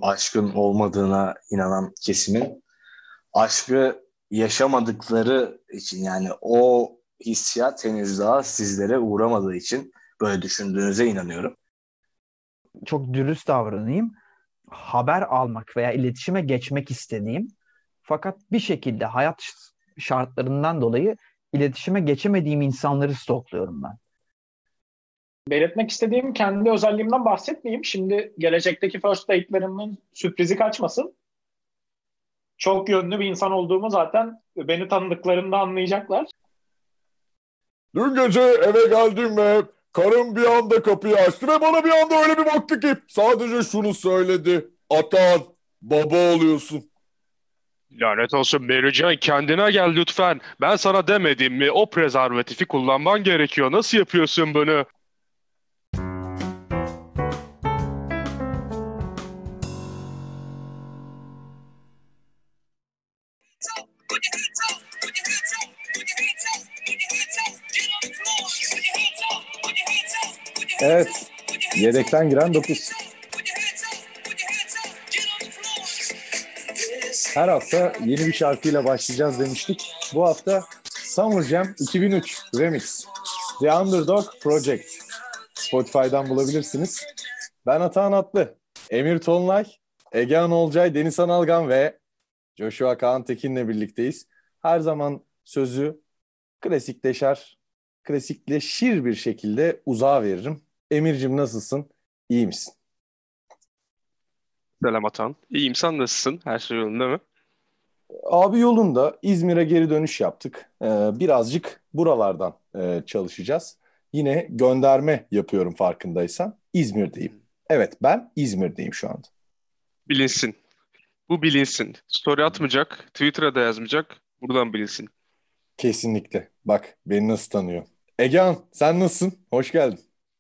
aşkın olmadığına inanan kesimin aşkı yaşamadıkları için, yani o hissiyat henüz daha sizlere uğramadığı için böyle düşündüğünüze inanıyorum. Çok dürüst davranayım. Haber almak veya iletişime geçmek istediğim fakat bir şekilde hayat şartlarından dolayı iletişime geçemediğim insanları stalkluyorum ben. Belirtmek istediğim kendi özelliğimden bahsetmeyeyim. Şimdi gelecekteki first date'lerimin sürprizi kaçmasın. Çok yönlü bir insan olduğumu zaten beni tanıdıklarında anlayacaklar. Dün gece eve geldim ve karım bir anda kapıyı açtı ve bana bir anda öyle bir baktı ki sadece şunu söyledi. Atan, baba oluyorsun. Lanet olsun Merican, kendine gel lütfen. Ben sana demedim mi? O prezervatifi kullanman gerekiyor. Nasıl yapıyorsun bunu? Evet, yedekten giren 9. Her hafta yeni bir şarkıyla başlayacağız demiştik. Bu hafta Summer Jam 2003 Remix. The Underdog Project. Spotify'dan bulabilirsiniz. Ben Atahan Atlı, Emir Tonlay, Egehan Olcay, Deniz Analgan ve Joshua Kaan Tekin'le birlikteyiz. Her zaman sözü klasikleşir bir şekilde uzağa veririm. Emir'cim nasılsın? İyi misin? Selam Atan. İyiyim, sen nasılsın? Her şey yolunda mı? Abi yolunda İzmir'e geri dönüş yaptık. Birazcık buralardan çalışacağız. Yine gönderme yapıyorum farkındaysan. İzmir'deyim. Evet, ben İzmir'deyim şu anda. Bilinsin. Bu bilinsin. Story atmayacak, Twitter'a da yazmayacak. Buradan bilinsin. Kesinlikle. Bak beni nasıl tanıyor. Egehan sen nasılsın? Hoş geldin.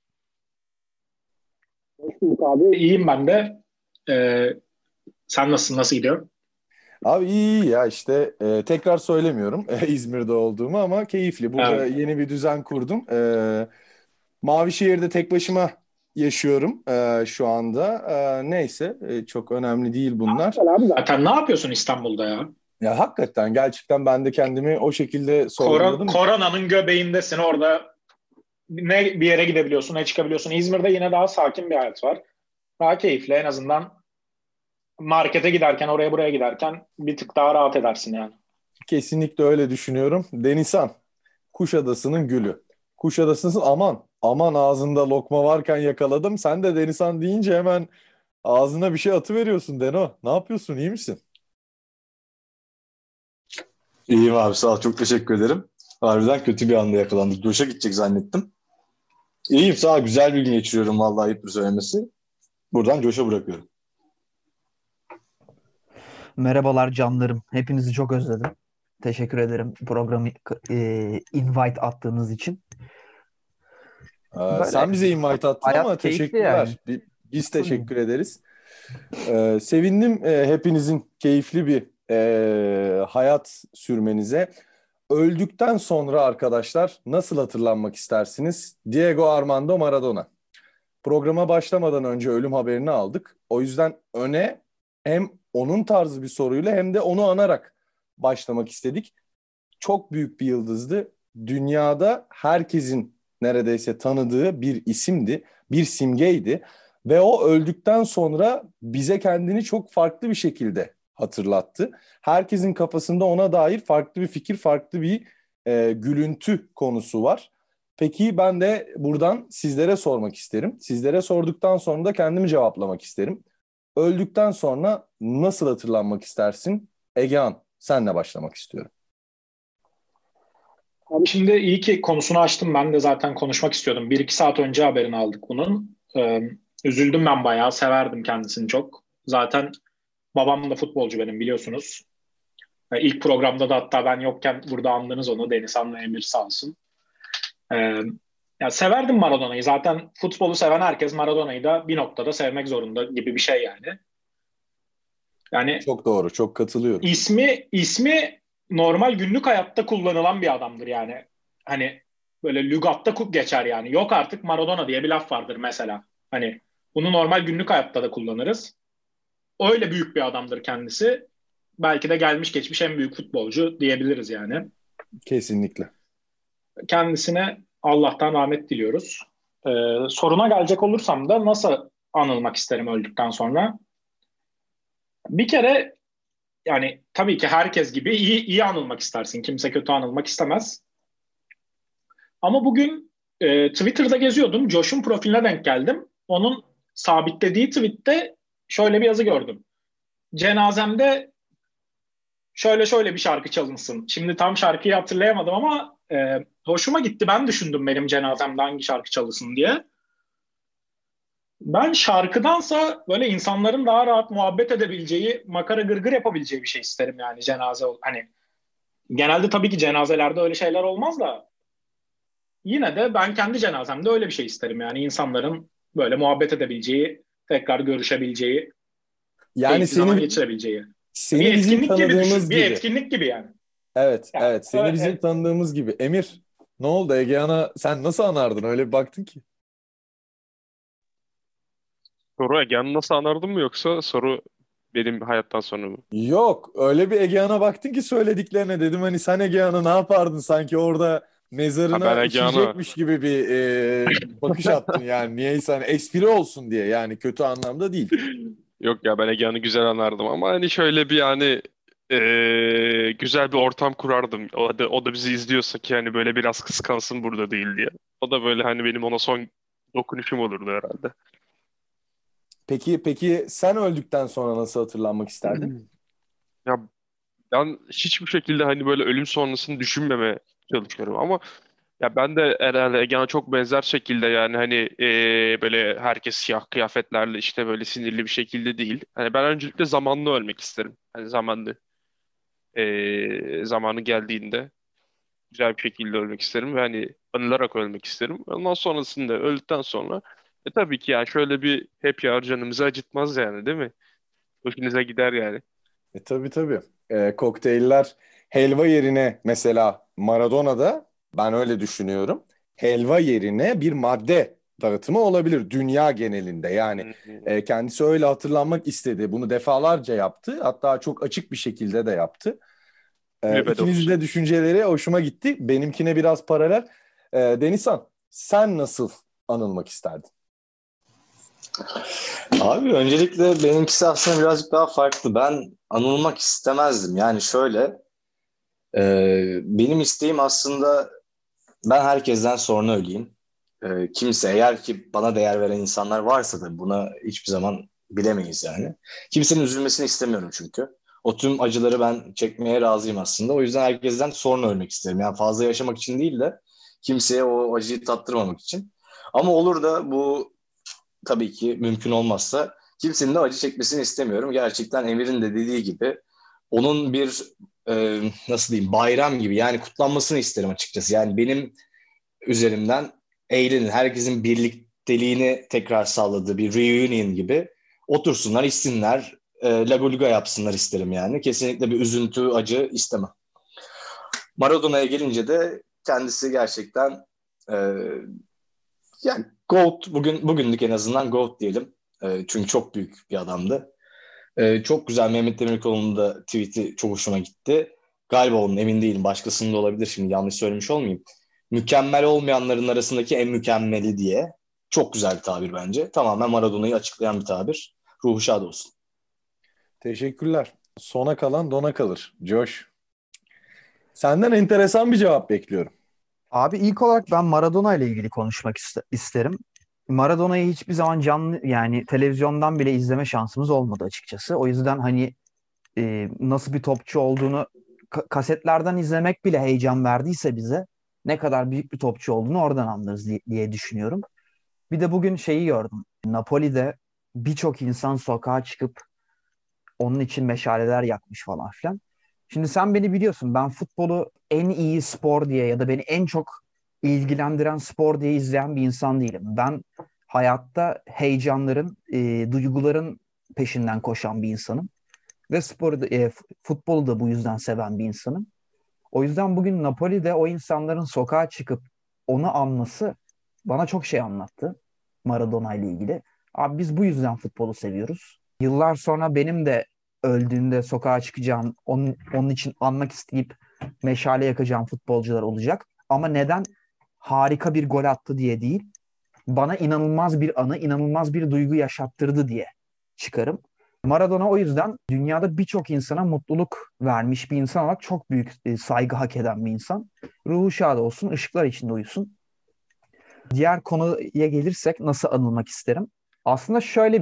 Hoş bulduk abi. İyiyim ben de. Sen nasılsın? Nasıl gidiyor? Abi iyi ya işte tekrar söylemiyorum İzmir'de olduğumu ama keyifli. Burada Evet. yeni bir düzen kurdum. Mavişehir'de tek başıma yaşıyorum şu anda. Neyse çok önemli değil bunlar. Abi zaten ne yapıyorsun İstanbul'da ya? Ya hakikaten gerçekten ben de kendimi o şekilde sorguladım. Koronanın göbeğindesin orada. Ne bir yere gidebiliyorsun, ne çıkabiliyorsun. İzmir'de yine daha sakin bir hayat var. Daha keyifli, en azından markete giderken, oraya buraya giderken bir tık daha rahat edersin yani. Kesinlikle öyle düşünüyorum. Denizhan, Kuşadası'nın gülü. Kuşadası'nın aman ağzında lokma varken yakaladım. Sen de Denizhan deyince hemen ağzına bir şey atıveriyorsun Deno. Ne yapıyorsun? İyi misin? İyiyim abi, sağ ol, çok teşekkür ederim. Harbiden kötü bir anda yakalandık. Duşa gidecek zannettim. İyiyim, sağ ol, güzel bir gün geçiriyorum vallahi, ayıptır söylemesi. Buradan Coş'a bırakıyorum. Merhabalar canlarım. Hepinizi çok özledim. Teşekkür ederim programı invite attığınız için. Böyle Sen bize invite attın ama hayat keyifli yani. teşekkürler. Biz teşekkür ederiz. Sevindim hepinizin keyifli bir hayat sürmenize. Öldükten sonra arkadaşlar nasıl hatırlanmak istersiniz? Diego Armando Maradona. Programa başlamadan önce ölüm haberini aldık. O yüzden öne hem onun tarzı bir soruyla hem de onu anarak başlamak istedik. Çok büyük bir yıldızdı. Dünyada herkesin neredeyse tanıdığı bir isimdi, bir simgeydi. Ve o öldükten sonra bize kendini çok farklı bir şekilde hatırlattı. Herkesin kafasında ona dair farklı bir fikir, farklı bir gülüntü konusu var. Peki ben de buradan sizlere sormak isterim. Sizlere sorduktan sonra da kendimi cevaplamak isterim. Öldükten sonra nasıl hatırlanmak istersin? Egehan, senle başlamak istiyorum. Abi şimdi iyi ki konusunu açtım. Ben de zaten konuşmak istiyordum. Bir iki saat önce haberini aldık bunun. Üzüldüm ben bayağı. Severdim kendisini çok. Zaten babam da futbolcu benim, biliyorsunuz. İlk programda da hatta ben yokken burada andınız onu. Denizhan'la Emir sağ olsun. Ee, Ya severdim Maradona'yı. Zaten futbolu seven herkes Maradona'yı da bir noktada sevmek zorunda gibi bir şey yani. Yani Çok doğru, çok katılıyorum. ismi normal günlük hayatta kullanılan bir adamdır yani. Hani böyle lügatta geçer yani. Yok artık Maradona diye bir laf vardır mesela. Hani bunu normal günlük hayatta da kullanırız. öyle büyük bir adamdır kendisi. Belki de gelmiş geçmiş en büyük futbolcu diyebiliriz yani. Kesinlikle. Kendisine Allah'tan rahmet diliyoruz. Soruna gelecek olursam da nasıl anılmak isterim öldükten sonra? Bir kere yani tabii ki herkes gibi iyi anılmak istersin. Kimse kötü anılmak istemez. Ama bugün Twitter'da geziyordum. Josh'un profiline denk geldim. Onun sabitlediği tweette şöyle bir yazı gördüm. Cenazemde şöyle bir şarkı çalınsın. Şimdi tam şarkıyı hatırlayamadım ama hoşuma gitti. Ben düşündüm benim cenazemde hangi şarkı çalınsın diye. Ben şarkıdansa böyle insanların daha rahat muhabbet edebileceği, makara gırgır yapabileceği bir şey isterim yani cenaze. Hani genelde tabii ki cenazelerde öyle şeyler olmaz da yine de ben kendi cenazemde öyle bir şey isterim yani insanların böyle muhabbet edebileceği, tekrar görüşebileceği, Yani keyifli zaman geçirebileceği. Bir seni bizim etkinlik gibi tanıdığımız düşün. Bir gibi. etkinlik gibi yani. Evet, Yani, evet. Seni bizim tanıdığımız gibi. Emir, ne oldu? Egehan'a sen nasıl anardın? Öyle bir baktın ki. Soru Egehan'ı nasıl anardın mı yoksa soru benim hayattan sonra mı? Yok, öyle bir Egehan'a baktın ki söylediklerine dedim hani sen Egehan'a ne yapardın sanki orada Ha, ben mezarına Egehan'a işeyecekmiş gibi bir bakış attın yani niyeyse hani espri olsun diye yani kötü anlamda değil. yok ya, ben Egehan'ı güzel anardım ama hani şöyle bir yani güzel bir ortam kurardım. O da bizi izliyorsa ki hani böyle biraz kıskansın burada değil diye. O da böyle hani benim ona son dokunuşum olurdu herhalde. Peki sen öldükten sonra nasıl hatırlanmak isterdin? Ya ben hiçbir şekilde hani böyle ölüm sonrasını düşünmeme çalışıyorum ama ya ben de herhalde Egehan'a çok benzer şekilde yani hani böyle herkes siyah kıyafetlerle işte böyle sinirli bir şekilde değil. Hani ben öncelikle zamanlı ölmek isterim. Hani zamanı geldiğinde güzel bir şekilde ölmek isterim ve hani anılarak ölmek isterim. Ondan sonrasında öldükten sonra tabii ki yani şöyle bir hep yar canımızı acıtmaz yani, değil mi? Hoşunuza gider yani. Tabii. Kokteyller helva yerine mesela Maradona'da ben öyle düşünüyorum. Helva yerine bir madde dağıtımı olabilir dünya genelinde. Yani Hı hı. kendisi öyle hatırlanmak istedi. Bunu defalarca yaptı. Hatta çok açık bir şekilde de yaptı. Kulübe İkinizin dokusu. de düşünceleri hoşuma gitti. Benimkine biraz paralel. Denizhan, sen nasıl anılmak isterdin? Abi öncelikle benimkisi aslında birazcık daha farklı. Ben anılmak istemezdim. Yani şöyle, benim isteğim aslında ben herkesten sonra öleyim. Kimse eğer ki bana değer veren insanlar varsa da buna hiçbir zaman bilemeyiz yani. Kimsenin üzülmesini istemiyorum çünkü. O tüm acıları ben çekmeye razıyım aslında. O yüzden herkesten sonra ölmek isterim. Yani fazla yaşamak için değil de kimseye o acıyı tattırmamak için. Ama olur da bu tabii ki mümkün olmazsa kimsenin de acı çekmesini istemiyorum. Gerçekten Emir'in de dediği gibi onun bir nasıl diyeyim bayram gibi yani kutlanmasını isterim açıkçası. Yani benim üzerimden eğlenin, herkesin birlikteliğini tekrar sağladığı bir reunion gibi otursunlar, içsinler, lagoluga yapsınlar isterim yani. Kesinlikle bir üzüntü, acı istemem. Maradona'ya gelince de kendisi gerçekten e, yani GOAT, bugünlük en azından GOAT diyelim. Çünkü çok büyük bir adamdı. Çok güzel Mehmet Demirkol'un da tweet'i çok hoşuma gitti. Galiba onun emin değilim. Başkasının da olabilir şimdi yanlış söylemiş olmayayım. Mükemmel olmayanların arasındaki en mükemmeli diye. Çok güzel bir tabir bence. Tamamen Maradona'yı açıklayan bir tabir. Ruhu şad olsun. Teşekkürler. Sona kalan dona kalır. Josh. Senden enteresan bir cevap bekliyorum. Abi ilk olarak ben Maradona ile ilgili konuşmak isterim. Maradona'yı hiçbir zaman canlı yani televizyondan bile izleme şansımız olmadı açıkçası. O yüzden hani nasıl bir topçu olduğunu kasetlerden izlemek bile heyecan verdiyse bize ne kadar büyük bir topçu olduğunu oradan anlarız diye düşünüyorum. Bir de bugün şeyi gördüm. Napoli'de birçok insan sokağa çıkıp onun için meşaleler yakmış falan filan. Şimdi sen beni biliyorsun. Ben futbolu en iyi spor diye ya da beni en çok ilgilendiren spor diye izleyen bir insan değilim. Ben hayatta heyecanların, duyguların peşinden koşan bir insanım. Ve futbolu da bu yüzden seven bir insanım. O yüzden bugün Napoli'de o insanların sokağa çıkıp onu anması bana çok şey anlattı Maradona ile ilgili. Abi biz bu yüzden futbolu seviyoruz. Yıllar sonra benim de öldüğünde sokağa çıkacağım, onun için anmak isteyip meşale yakacağım futbolcular olacak. Ama neden harika bir gol attı diye değil, bana inanılmaz bir anı, inanılmaz bir duygu yaşattırdı diye çıkarım. Maradona o yüzden dünyada birçok insana mutluluk vermiş bir insan olarak çok büyük saygı hak eden bir insan. Ruhu şad olsun, ışıklar içinde uyusun. Diğer konuya gelirsek nasıl anılmak isterim? Aslında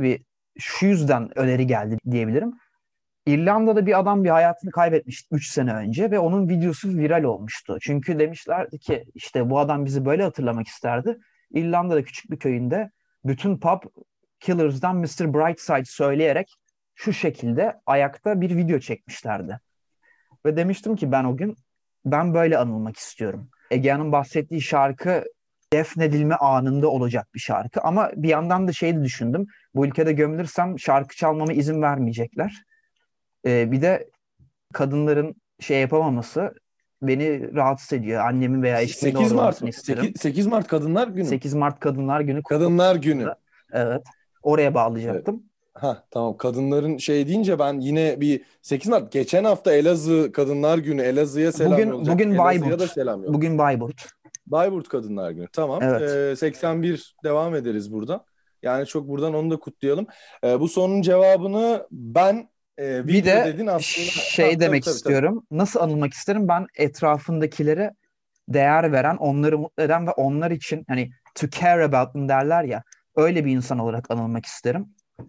şu yüzden öneri geldi diyebilirim. İrlanda'da bir adam bir hayatını kaybetmişti 3 sene önce ve onun videosu viral olmuştu. Çünkü demişlerdi ki işte bu adam bizi böyle hatırlamak isterdi. İrlanda'da küçük bir köyünde bütün pub Killers'dan Mr. Brightside söyleyerek şu şekilde ayakta bir video çekmişlerdi. Ve demiştim ki ben o gün ben böyle anılmak istiyorum. Ege'nin bahsettiği şarkı defnedilme anında olacak bir şarkı. Ama bir yandan da şeyi düşündüm. Bu ülkede gömülürsem şarkı çalmama izin vermeyecekler. Bir de kadınların şey yapamaması beni rahatsız ediyor. Annemin veya eşimin de 8 orada Mart olmasını mı? isterim. 8 Mart Kadınlar Günü. 8 Mart Kadınlar Günü kutlu Kadınlar olsun Günü. da. Evet. Oraya Evet. bağlayacaktım. Ha tamam, kadınların şey deyince ben yine bir 8 Mart geçen hafta Elazığ Kadınlar Günü, Elazığ'a selam yollayacaktım. Bugün Elazığ'a da Bayburt. selam yolladım. Bugün Bayburt. Bayburt Kadınlar Günü. Tamam. Evet. 81 devam ederiz buradan. Yani çok buradan onu da kutlayalım. Bu sorunun cevabını ben Bir video de dedin aslında. şey Ha, demek tabii. istiyorum. Nasıl anılmak isterim? Ben etrafındakilere değer veren, onları mutlu eden ve onlar için hani to care about them derler ya. Öyle bir insan olarak anılmak isterim.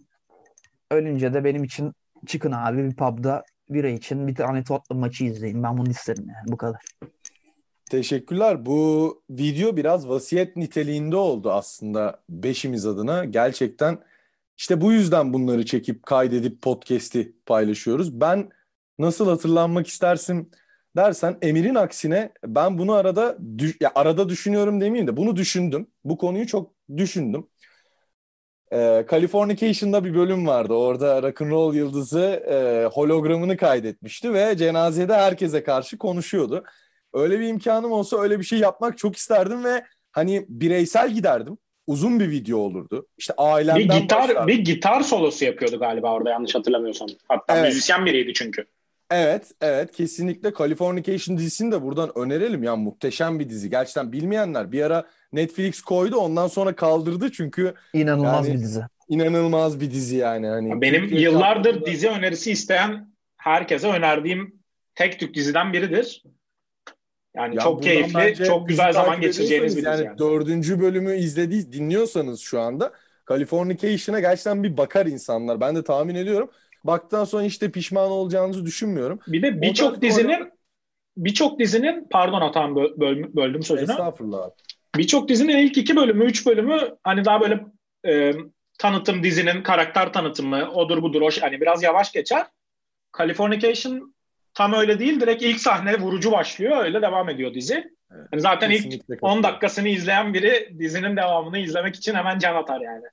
Ölünce de benim için çıkın abi bir pub'da bira için bir tane Tottenham maçı izleyin. Ben bunu isterim yani bu kadar. Teşekkürler. Bu video biraz vasiyet niteliğinde oldu aslında beşimiz adına. Gerçekten işte bu yüzden bunları çekip kaydedip podcast'i paylaşıyoruz. Ben nasıl hatırlanmak istersin dersen, Emir'in aksine ben bunu arada düşünüyorum demeyeyim de bunu düşündüm. Bu konuyu çok düşündüm. Californication'da bir bölüm vardı. Orada rock'n'roll yıldızı hologramını kaydetmişti ve cenazede herkese karşı konuşuyordu. Öyle bir imkanım olsa öyle bir şey yapmak çok isterdim ve hani bireysel giderdim. Uzun bir video olurdu. İşte ailemden başlardım. Bir gitar solosu yapıyordu galiba orada, yanlış hatırlamıyorsam. Hatta Evet. müzisyen biriydi çünkü. Evet, kesinlikle Californication dizisini de buradan önerelim. Yani muhteşem bir dizi. Gerçekten bilmeyenler, bir ara Netflix koydu, ondan sonra kaldırdı çünkü İnanılmaz yani bir dizi. inanılmaz bir dizi yani. Hani Benim Türkiye yıllardır şartlarında- dizi önerisi isteyen herkese önerdiğim tek Türk diziden biridir. Yani Ya çok buradan keyifli, bence çok bizi güzel zaman takip geçireceğiniz ediyorsanız, bir dizi yani yani. 4. bölümü dinliyorsanız şu anda Californication'a gerçekten bir bakar insanlar. Ben de tahmin ediyorum. Baktıktan sonra işte pişman olacağınızı düşünmüyorum. Bir de O tarz birçok dizinin pardon Atan böldüm sözünü. Estağfurullah. Birçok dizinin ilk 2 bölümü, 3 bölümü hani daha böyle tanıtım, dizinin karakter tanıtımı, odur budur, hani biraz yavaş geçer. Californication tam öyle değil. Direkt ilk sahne vurucu başlıyor. Öyle devam ediyor dizi. Evet, Yani zaten ilk kesinlikle 10 katılıyorum. dakikasını izleyen biri dizinin devamını izlemek için hemen can atar yani.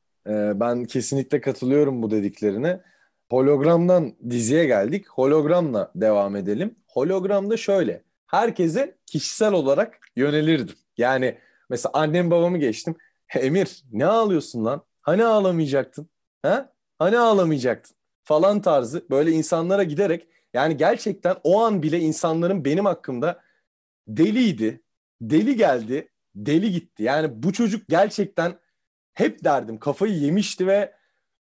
Ben kesinlikle katılıyorum bu dediklerine. Hologramdan diziye geldik. Hologramla devam edelim. Hologramda şöyle: herkese kişisel olarak yönelirdim. Yani mesela annem babamı geçtim. Emir, ne ağlıyorsun lan? Hani ağlamayacaktın? Ha? Hani ağlamayacaktın? Falan tarzı böyle insanlara giderek, yani gerçekten o an bile insanların benim hakkımda deliydi, deli geldi, deli gitti. Yani bu çocuk gerçekten, hep derdim, kafayı yemişti ve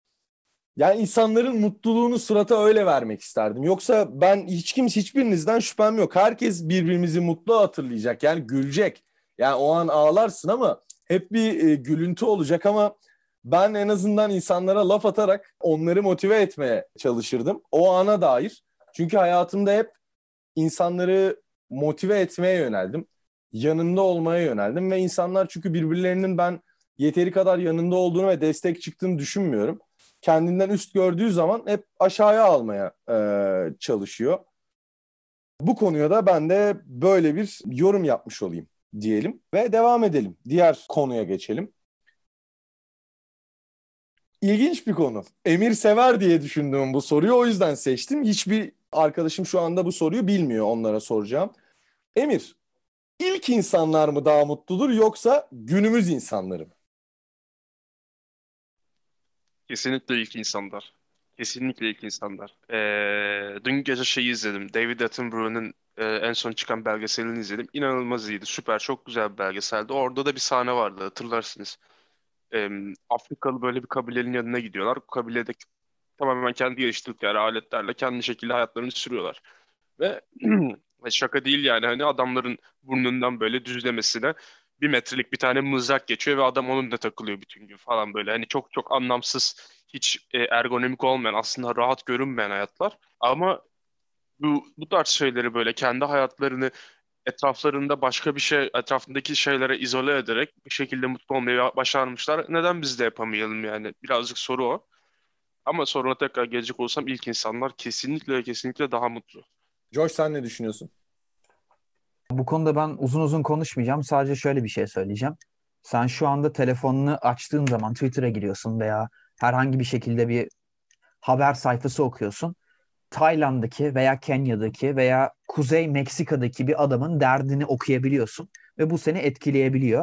yani insanların mutluluğunu surata öyle vermek isterdim. Yoksa ben hiçbirinizden şüphem yok. Herkes birbirimizi mutlu hatırlayacak. Yani gülecek. Yani o an ağlarsın ama hep bir gülüntü olacak, ama ben en azından insanlara laf atarak onları motive etmeye çalışırdım o ana dair. Çünkü hayatımda hep insanları motive etmeye yöneldim. Yanında olmaya yöneldim ve insanlar, çünkü birbirlerinin ben yeteri kadar yanında olduğunu ve destek çıktığını düşünmüyorum. Kendinden üst gördüğü zaman hep aşağıya almaya çalışıyor. Bu konuya da ben de böyle bir yorum yapmış olayım diyelim ve devam edelim. Diğer konuya geçelim. İlginç bir konu. Emir sever diye düşündüm bu soruyu, o yüzden seçtim. Hiçbir arkadaşım şu anda bu soruyu bilmiyor, onlara soracağım. Emir, ilk insanlar mı daha mutludur yoksa günümüz insanları mı? Kesinlikle ilk insanlar. Kesinlikle ilk insanlar. Dün gece şeyi izledim. David Attenborough'un en son çıkan belgeselini izledim. İnanılmaz iyiydi. Süper. Çok güzel bir belgeseldi. Orada da bir sahne vardı, hatırlarsınız. Ee, Afrikalı böyle bir kabilenin yanına gidiyorlar. Bu kabilede tamamen kendi geliştirdikleri aletlerle kendi şekilde hayatlarını sürüyorlar. Ve şaka değil yani, hani adamların burnundan böyle düzlemesine 1 metrelik bir tane mızrak geçiyor ve adam onunla takılıyor bütün gün falan böyle. Hani çok çok anlamsız, hiç ergonomik olmayan, aslında rahat görünmeyen hayatlar. Ama bu tarz şeyleri, böyle kendi hayatlarını etraflarında başka bir şey, etrafındaki şeylere izole ederek bir şekilde mutlu olmayı başarmışlar. Neden biz de yapamayalım yani? Birazcık soru o. Ama soruna tekrar gelecek olsam, ilk insanlar kesinlikle ve kesinlikle daha mutlu. Josh, sen ne düşünüyorsun? Bu konuda ben uzun uzun konuşmayacağım. Sadece şöyle bir şey söyleyeceğim. Sen şu anda telefonunu açtığın zaman Twitter'a giriyorsun veya herhangi bir şekilde bir haber sayfası okuyorsun. Tayland'daki veya Kenya'daki veya Kuzey Meksika'daki bir adamın derdini okuyabiliyorsun ve bu seni etkileyebiliyor.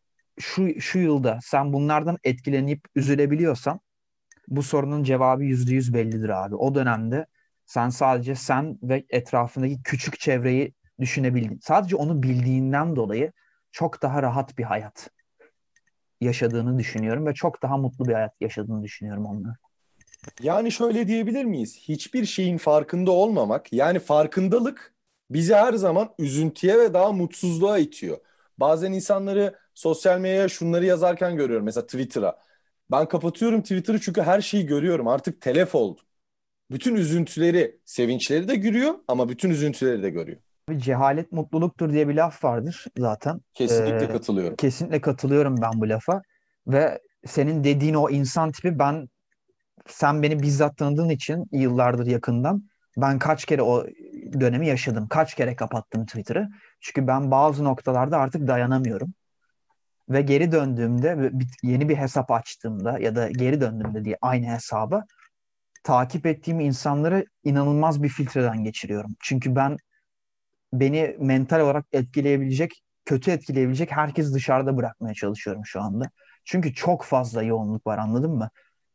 Şu yılda sen bunlardan etkilenip üzülebiliyorsan bu sorunun cevabı %100 bellidir abi. O dönemde sen sadece sen ve etrafındaki küçük çevreyi düşünebildin. Sadece onu bildiğinden dolayı çok daha rahat bir hayat yaşadığını düşünüyorum ve çok daha mutlu bir hayat yaşadığını düşünüyorum onunla. Yani şöyle diyebilir miyiz? Hiçbir şeyin farkında olmamak, yani farkındalık bizi her zaman üzüntüye ve daha mutsuzluğa itiyor. Bazen insanları sosyal medyaya şunları yazarken görüyorum. Mesela Twitter'a. Ben kapatıyorum Twitter'ı çünkü her şeyi görüyorum. Artık telef oldum. Bütün üzüntüleri, sevinçleri de görüyor ama bütün üzüntüleri de görüyor. Bir cehalet mutluluktur diye bir laf vardır zaten. Kesinlikle katılıyorum. Kesinlikle katılıyorum ben bu lafa. Ve senin dediğin o insan tipi sen beni bizzat tanıdığın için yıllardır yakından ben kaç kere o dönemi yaşadım. Kaç kere kapattım Twitter'ı. Çünkü ben bazı noktalarda artık dayanamıyorum. Ve geri döndüğümde yeni bir hesap açtığımda ya da geri döndüğümde diye aynı hesaba takip ettiğim insanları inanılmaz bir filtreden geçiriyorum. Çünkü beni mental olarak etkileyebilecek, kötü etkileyebilecek herkesi dışarıda bırakmaya çalışıyorum şu anda. Çünkü çok fazla yoğunluk var, anladın mı?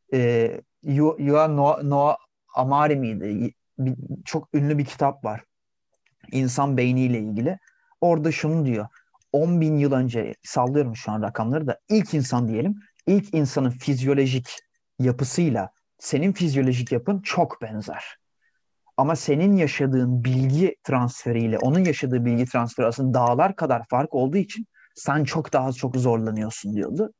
Yuval Noah Amari miydi? Çok ünlü bir kitap var. İnsan beyniyle ilgili. Orada şunu diyor. 10 bin yıl önce, sallıyorum şu an rakamları da, ilk insan diyelim. İlk insanın fizyolojik yapısıyla senin fizyolojik yapın çok benzer. Ama senin yaşadığın bilgi transferiyle onun yaşadığı bilgi transferi arasında dağlar kadar fark olduğu için sen çok zorlanıyorsun diyordu.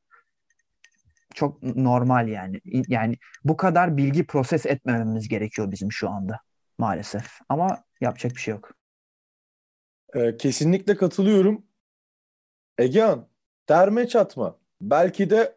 Çok normal yani. Yani bu kadar bilgi proses etmememiz gerekiyor bizim şu anda maalesef. Ama yapacak bir şey yok. Kesinlikle katılıyorum. Egehan, derme çatma. Belki de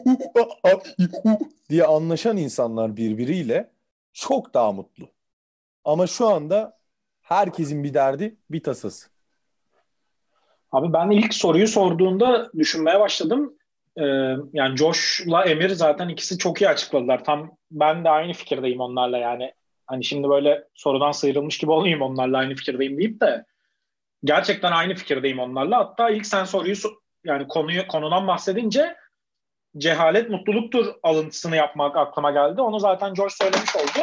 diye anlaşan insanlar birbiriyle çok daha mutlu. Ama şu anda herkesin bir derdi, bir tasası. Abi ben ilk soruyu sorduğunda düşünmeye başladım. Ee, Yani Josh'la Emir zaten ikisi çok iyi açıkladılar. Tam ben de aynı fikirdeyim onlarla yani. Hani şimdi böyle sorudan sıyrılmış gibi olmayayım onlarla aynı fikirdeyim deyip de gerçekten aynı fikirdeyim onlarla. Hatta ilk sen yani konudan bahsedince cehalet mutluluktur alıntısını yapmak aklıma geldi. Onu zaten Josh söylemiş oldu.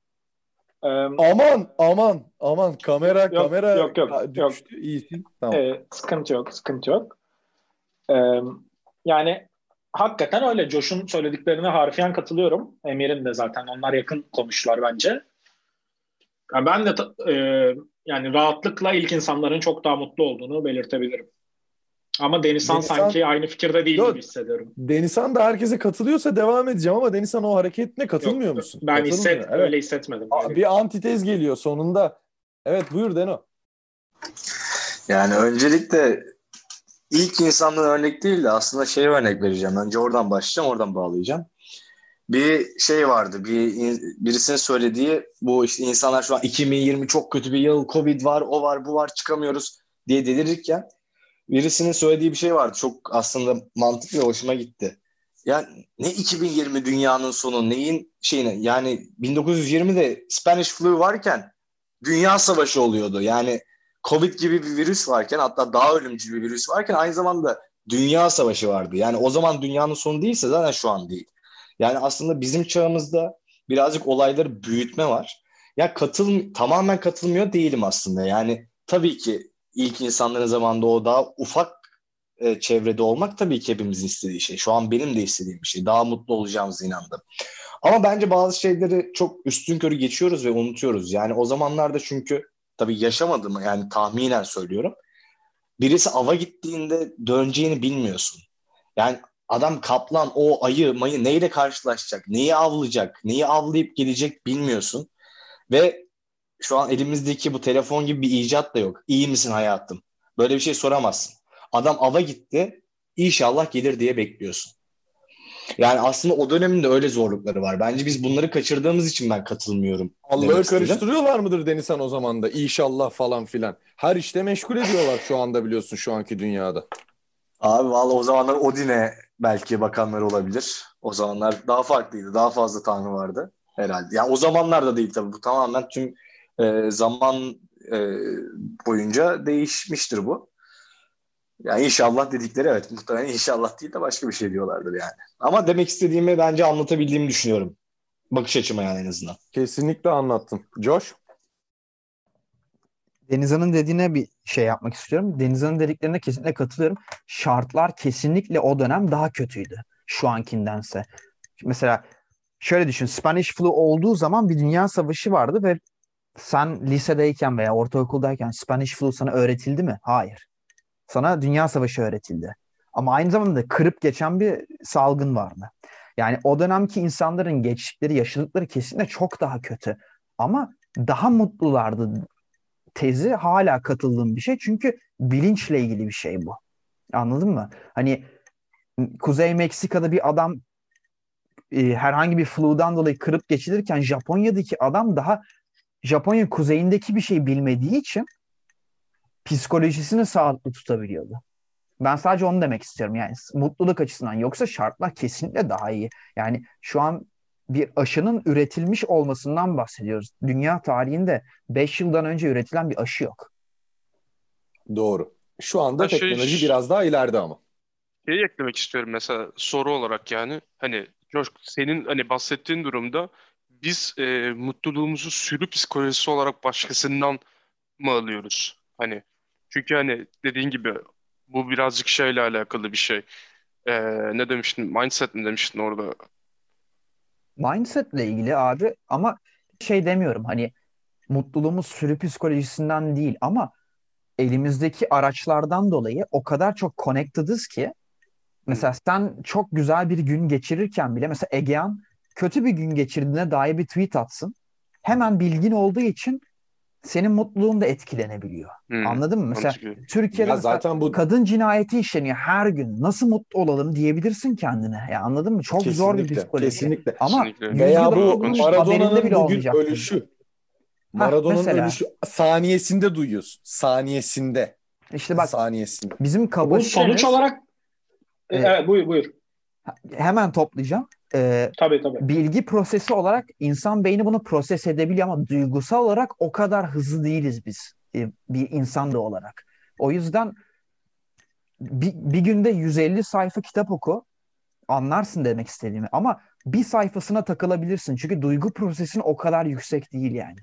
Aman kamera Yok. düştü, iyisin. Tamam. Sıkıntı yok. Yani hakikaten öyle. Josh'un söylediklerine harfiyen katılıyorum. Emir'in de zaten. Onlar yakın konuştular bence. Yani ben de yani rahatlıkla ilk insanların çok daha mutlu olduğunu belirtebilirim. Ama Denizhan sanki aynı fikirde değil gibi hissediyorum. Denizhan da herkese katılıyorsa devam edeceğim ama Denizhan o hareketine katılmıyor musun? Ben Evet. öyle hissetmedim. Bir antitez geliyor sonunda. Evet, buyur Deno. Yani öncelikle ilk insanlığın örnek değil de aslında örnek vereceğim. Önce oradan başlayacağım, oradan bağlayacağım. Bir şey vardı, birisinin söylediği, bu işte insanlar şu an 2020 çok kötü bir yıl, Covid var, o var, bu var, çıkamıyoruz diye delirirken birisinin söylediği bir şey vardı. Çok aslında mantıklı ve hoşuma gitti. Yani ne 2020 dünyanın sonu, neyin şeyine, yani 1920'de Spanish flu varken dünya savaşı oluyordu. Yani Covid gibi bir virüs varken, hatta daha ölümcül bir virüs varken aynı zamanda dünya savaşı vardı. Yani o zaman dünyanın sonu değilse zaten şu an değil. Yani aslında bizim çağımızda birazcık olayları büyütme var. Ya tamamen katılmıyor değilim aslında. Yani tabii ki ilk insanların zamanında o daha ufak çevrede olmak tabii ki hepimizin istediği şey. Şu an benim de istediğim bir şey. Daha mutlu olacağımıza inandım. Ama bence bazı şeyleri çok üstünkörü geçiyoruz ve unutuyoruz. Yani o zamanlarda çünkü tabii yaşamadım, yani tahminen söylüyorum. Birisi ava gittiğinde döneceğini bilmiyorsun. Yani adam kaplan, o ayı mayı neyle karşılaşacak, neyi avlayacak, neyi avlayıp gelecek bilmiyorsun. Ve şu an elimizdeki bu telefon gibi bir icat da yok. İyi misin hayatım? Böyle bir şey soramazsın. Adam ava gitti, inşallah gelir diye bekliyorsun. Yani aslında o dönemin de öyle zorlukları var. Bence biz bunları kaçırdığımız için ben katılmıyorum Allah'ı demek istedim. karıştırıyorlar mıdır Denizhan o zaman da? İnşallah falan filan. Her işte meşgul ediyorlar şu anda, biliyorsun, şu anki dünyada. Abi vallahi o zamanlar Odin'e belki bakanlar olabilir. O zamanlar daha farklıydı. Daha fazla tanrı vardı herhalde. Yani o zamanlarda değil tabii. Bu tamamen tüm zaman e, boyunca değişmiştir bu. Yani inşallah dedikleri, evet, muhtemelen inşallah değil de başka bir şey diyorlardır yani. Ama demek istediğimi bence anlatabildiğimi düşünüyorum. Bakış açıma yani, en azından. Kesinlikle anlattın. Josh? Denizhan'ın dediğine bir şey yapmak istiyorum. Denizhan'ın dediklerine kesinlikle katılıyorum. Şartlar kesinlikle o dönem daha kötüydü şu ankindense. Mesela şöyle düşün. Spanish flu olduğu zaman bir dünya savaşı vardı ve sen lisedeyken veya ortaokuldayken Spanish flu sana öğretildi mi? Hayır. Sana dünya savaşı öğretildi. Ama aynı zamanda kırıp geçen bir salgın vardı. Yani o dönemki insanların geçtikleri, yaşadıkları kesinlikle çok daha kötü. Ama daha mutlulardı tezi hala katıldığım bir şey. Çünkü bilinçle ilgili bir şey bu. Anladın mı? Hani Kuzey Meksika'da bir adam herhangi bir flu'dan dolayı kırıp geçirirken Japonya'daki adam daha Japonya kuzeyindeki bir şey bilmediği için psikolojisini sağlıklı tutabiliyordu. Ben sadece onu demek istiyorum yani mutluluk açısından. Yoksa şartlar kesinlikle daha iyi. Yani şu an bir aşının üretilmiş olmasından bahsediyoruz. Dünya tarihinde 5 yıldan önce üretilen bir aşı yok. Doğru. Şu anda Ben teknoloji biraz daha ileride ama. şeyi eklemek istiyorum mesela soru olarak yani. Hani Coşku, senin hani bahsettiğin durumda biz mutluluğumuzu sürü psikolojisi olarak başkasından mı alıyoruz? Hani çünkü hani dediğin gibi bu birazcık şeyle alakalı bir şey. Ne demiştin? Mindset mi demiştin orada? Mindsetle ilgili abi ama şey demiyorum hani mutluluğumuz sürü psikolojisinden değil ama elimizdeki araçlardan dolayı o kadar çok connected'ız ki mesela sen çok güzel bir gün geçirirken bile mesela Egehan kötü bir gün geçirdiğine dair bir tweet atsın. Hemen bilgin olduğu için senin mutluluğun da etkilenebiliyor. Hmm, Anladın mı? Mesela mantıklı. Türkiye'de Ya mesela zaten bu kadın cinayeti işleniyor her gün. Nasıl mutlu olalım diyebilirsin kendine. Ya anladın mı? Çok zor bir kesinlikle, psikoloji. kesinlikle. Ama Kesinlikle. 100 Veya yıl Doğru önce bu bunun konuştun. haberinde Maradona'nın bile bugün olmayacaktın. ölüşü. Ha Maradona'nın mesela ölüşü saniyesinde duyuyorsun. Saniyesinde. işte bak Saniyesinde. bizim Bu sonuç kapasitemiz olarak e, evet, buyur. hemen toplayacağım. Tabii tabii. Bilgi prosesi olarak insan beyni bunu proses edebiliyor ama duygusal olarak o kadar hızlı değiliz biz bir insan da olarak. O yüzden bir günde 150 sayfa kitap oku anlarsın demek istediğimi ama bir sayfasına takılabilirsin çünkü duygu prosesin o kadar yüksek değil yani.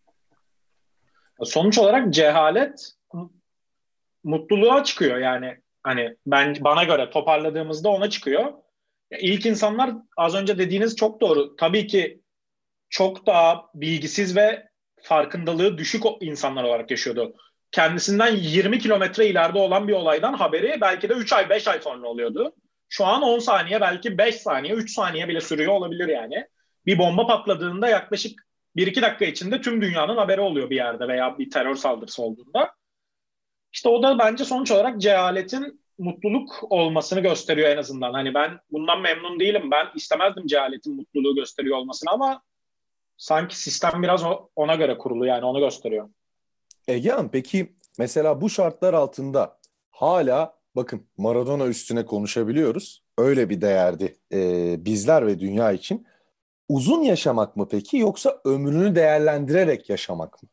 Sonuç olarak cehalet mutluluğa çıkıyor yani. Hani bana göre toparladığımızda ona çıkıyor. Ya İlk insanlar az önce dediğiniz çok doğru. Tabii ki çok daha bilgisiz ve farkındalığı düşük insanlar olarak yaşıyordu. Kendisinden 20 kilometre ileride olan bir olaydan haberi belki de 3 ay 5 ay sonra oluyordu. Şu an 10 saniye belki 5 saniye 3 saniye bile sürüyor olabilir yani. Bir bomba patladığında yaklaşık 1-2 dakika içinde tüm dünyanın haberi oluyor bir yerde veya bir terör saldırısı olduğunda. İşte o da bence sonuç olarak cehaletin mutluluk olmasını gösteriyor en azından. Hani ben bundan memnun değilim. Ben istemezdim cehaletin mutluluğu gösteriyor olmasını ama sanki sistem biraz ona göre kurulu yani onu gösteriyor. Egehan, peki mesela bu şartlar altında hala bakın Maradona üstüne konuşabiliyoruz. Öyle bir değerdi bizler ve dünya için. Uzun yaşamak mı peki, yoksa ömrünü değerlendirerek yaşamak mı?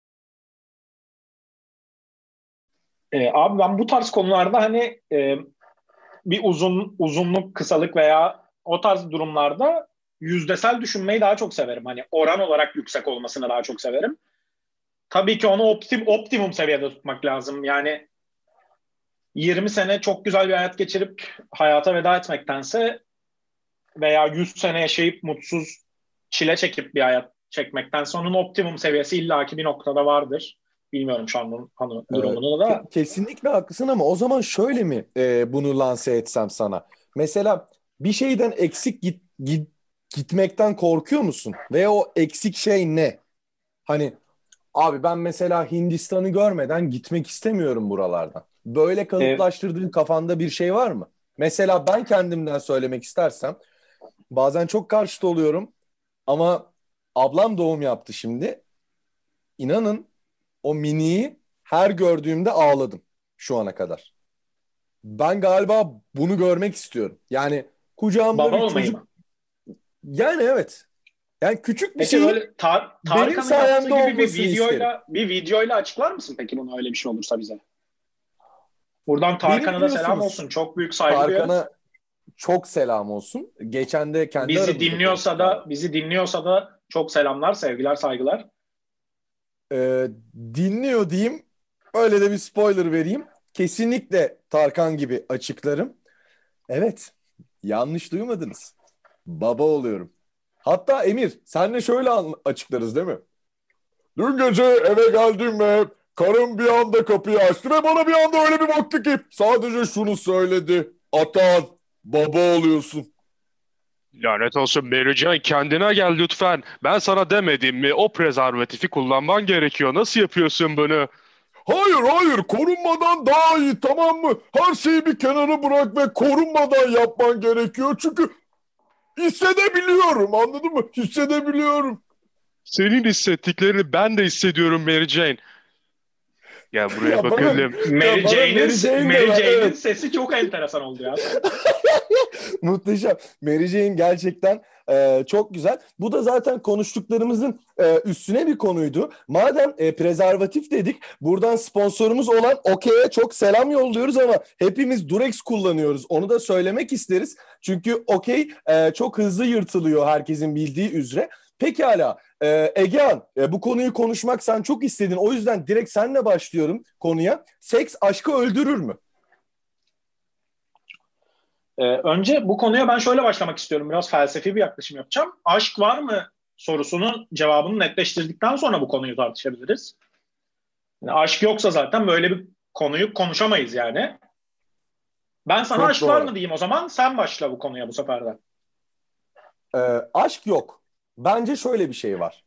Abi ben bu tarz konularda hani bir uzunluk, kısalık veya o tarz durumlarda yüzdesel düşünmeyi daha çok severim. Hani oran olarak yüksek olmasını daha çok severim. Tabii ki onu optimum seviyede tutmak lazım. Yani 20 sene çok güzel bir hayat geçirip hayata veda etmektense veya 100 sene yaşayıp mutsuz, çile çekip bir hayat çekmektense onun optimum seviyesi illaki bir noktada vardır. Bilmiyorum şu an onun durumunu da. Kesinlikle haklısın ama o zaman şöyle mi bunu lanse etsem sana? Mesela bir şeyden eksik gitmekten korkuyor musun? Ve o eksik şey ne? Hani abi ben mesela Hindistan'ı görmeden gitmek istemiyorum buralardan. Böyle kalıplaştırdığın kafanda bir şey var mı? Mesela ben kendimden söylemek istersem bazen çok karşıt oluyorum ama ablam doğum yaptı şimdi. İnanın o miniyi her gördüğümde ağladım şu ana kadar. Ben galiba bunu görmek istiyorum. Yani kucağımda Baba bir olmayı çocuk. mı? Yani evet. Yani küçük bir Peki şeyi böyle benim Tarkan'ın yaptığı sayemde gibi olmasını isterim. bir videoyla açıklar mısın peki bunu öyle bir şey olursa bize? Buradan Beni Tarkan'a da selam biliyorsunuz. olsun. Çok büyük saygı duyarız. Tarkan'a çok selam olsun. Geçen de kendi aramızda konuştuk abi. Bizi dinliyorsa da çok selamlar, sevgiler, saygılar. Ee, dinliyor diyeyim. Öyle de bir spoiler vereyim. Kesinlikle Tarkan gibi açıklarım. Evet, yanlış duymadınız. Baba oluyorum. Hatta Emir, senle şöyle açıklarız değil mi? Dün gece eve geldim ve karım bir anda kapıyı açtı ve bana bir anda öyle bir baktı ki sadece şunu söyledi. Atan, baba oluyorsun. Lanet olsun Mary kendine gel lütfen. Ben sana demedim mi? O prezervatifi kullanman gerekiyor. Nasıl yapıyorsun bunu? Hayır, korunmadan daha iyi, tamam mı? Her şeyi bir kenara bırak ve korunmadan yapman gerekiyor. Çünkü hissedebiliyorum, anladın mı? Hissedebiliyorum. Senin hissettiklerini ben de hissediyorum Mary Jane. Gel buraya Ya bana, bakalım. Mary Mary Jane de Mary var, Jane'in evet. sesi çok enteresan oldu ya. Muhteşem. Mary Jane gerçekten çok güzel. Bu da zaten konuştuklarımızın üstüne bir konuydu. Madem prezervatif dedik, buradan sponsorumuz olan Okey'e çok selam yolluyoruz ama hepimiz Durex kullanıyoruz. Onu da söylemek isteriz. Çünkü Okey çok hızlı yırtılıyor herkesin bildiği üzere. Pekala. Egehan, bu konuyu konuşmak sen çok istedin. O yüzden direkt seninle başlıyorum konuya. Seks aşkı öldürür mü? Önce bu konuya ben şöyle başlamak istiyorum. Biraz felsefi bir yaklaşım yapacağım. Aşk var mı sorusunun cevabını netleştirdikten sonra bu konuyu tartışabiliriz. Yani aşk yoksa zaten böyle bir konuyu konuşamayız yani. Ben sana Çok aşk var doğru. mı diyeyim o zaman. Sen başla bu konuya bu sefer de. Aşk yok. Bence şöyle bir şey var.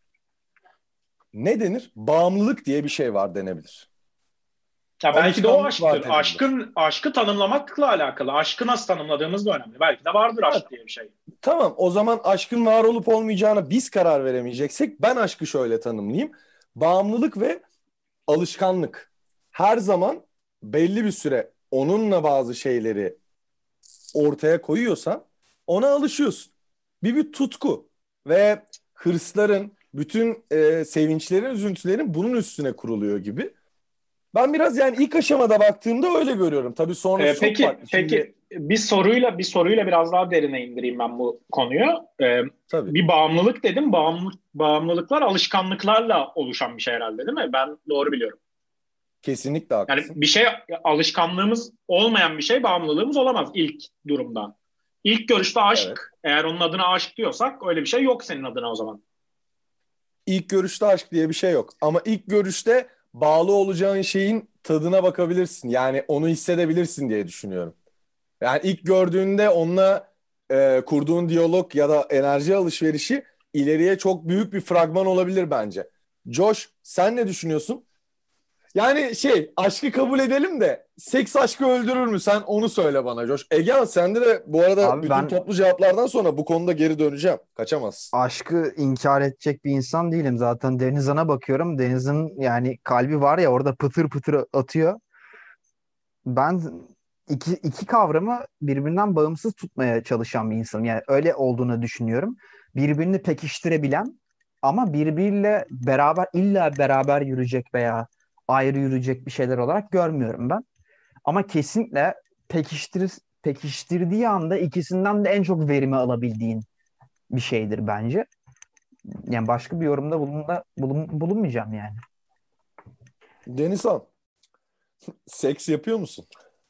Ne denir? Bağımlılık diye bir şey var denebilir. Ya belki de o Alışkanlık var aşktır. denebilir. Aşkı tanımlamakla alakalı. Aşkı nasıl tanımladığımız da önemli. Belki de vardır Ha, aşk diye bir şey. tamam, o zaman aşkın var olup olmayacağına biz karar veremeyeceksek ben aşkı şöyle tanımlayayım. Bağımlılık ve alışkanlık. Her zaman belli bir süre onunla bazı şeyleri ortaya koyuyorsan ona alışıyorsun. Bir tutku ve hırsların, bütün sevinçlerin, üzüntülerin bunun üstüne kuruluyor gibi. Ben biraz yani ilk aşamada baktığımda öyle görüyorum. Tabii sonrası çok farklı. Peki bir soruyla biraz daha derine indireyim ben bu konuyu. Tabii. Bir bağımlılık dedim. Bağımlılıklar alışkanlıklarla oluşan bir şey herhalde değil mi? Ben doğru biliyorum. Kesinlikle Yani haklısın. bir şey alışkanlığımız olmayan bir şey bağımlılığımız olamaz ilk durumda. İlk görüşte aşk, Evet. eğer onun adına aşk diyorsak öyle bir şey yok senin adına o zaman. İlk görüşte aşk diye bir şey yok. Ama ilk görüşte bağlı olacağın şeyin tadına bakabilirsin. Yani onu hissedebilirsin diye düşünüyorum. Yani ilk gördüğünde onunla kurduğun diyalog ya da enerji alışverişi ileriye çok büyük bir fragman olabilir bence. Josh, sen ne düşünüyorsun? Yani aşkı kabul edelim de seks aşkı öldürür mü? Sen onu söyle bana Josh. Egehan, sende de bu arada Abi bütün ben toplu cevaplardan sonra bu konuda geri döneceğim. Kaçamazsın. aşkı inkar edecek bir insan değilim. Zaten Denizhan'a bakıyorum. Deniz'in yani kalbi var ya orada pıtır pıtır atıyor. Ben iki kavramı birbirinden bağımsız tutmaya çalışan bir insanım. Yani öyle olduğunu düşünüyorum. Birbirini pekiştirebilen ama birbiriyle beraber yürüyecek veya ayrı yürüyecek bir şeyler olarak görmüyorum ben. Ama kesinlikle pekiştirdiği anda ikisinden de en çok verimi alabildiğin bir şeydir bence. Yani başka bir yorumda bulunmayacağım yani. Denizhan, seks yapıyor musun?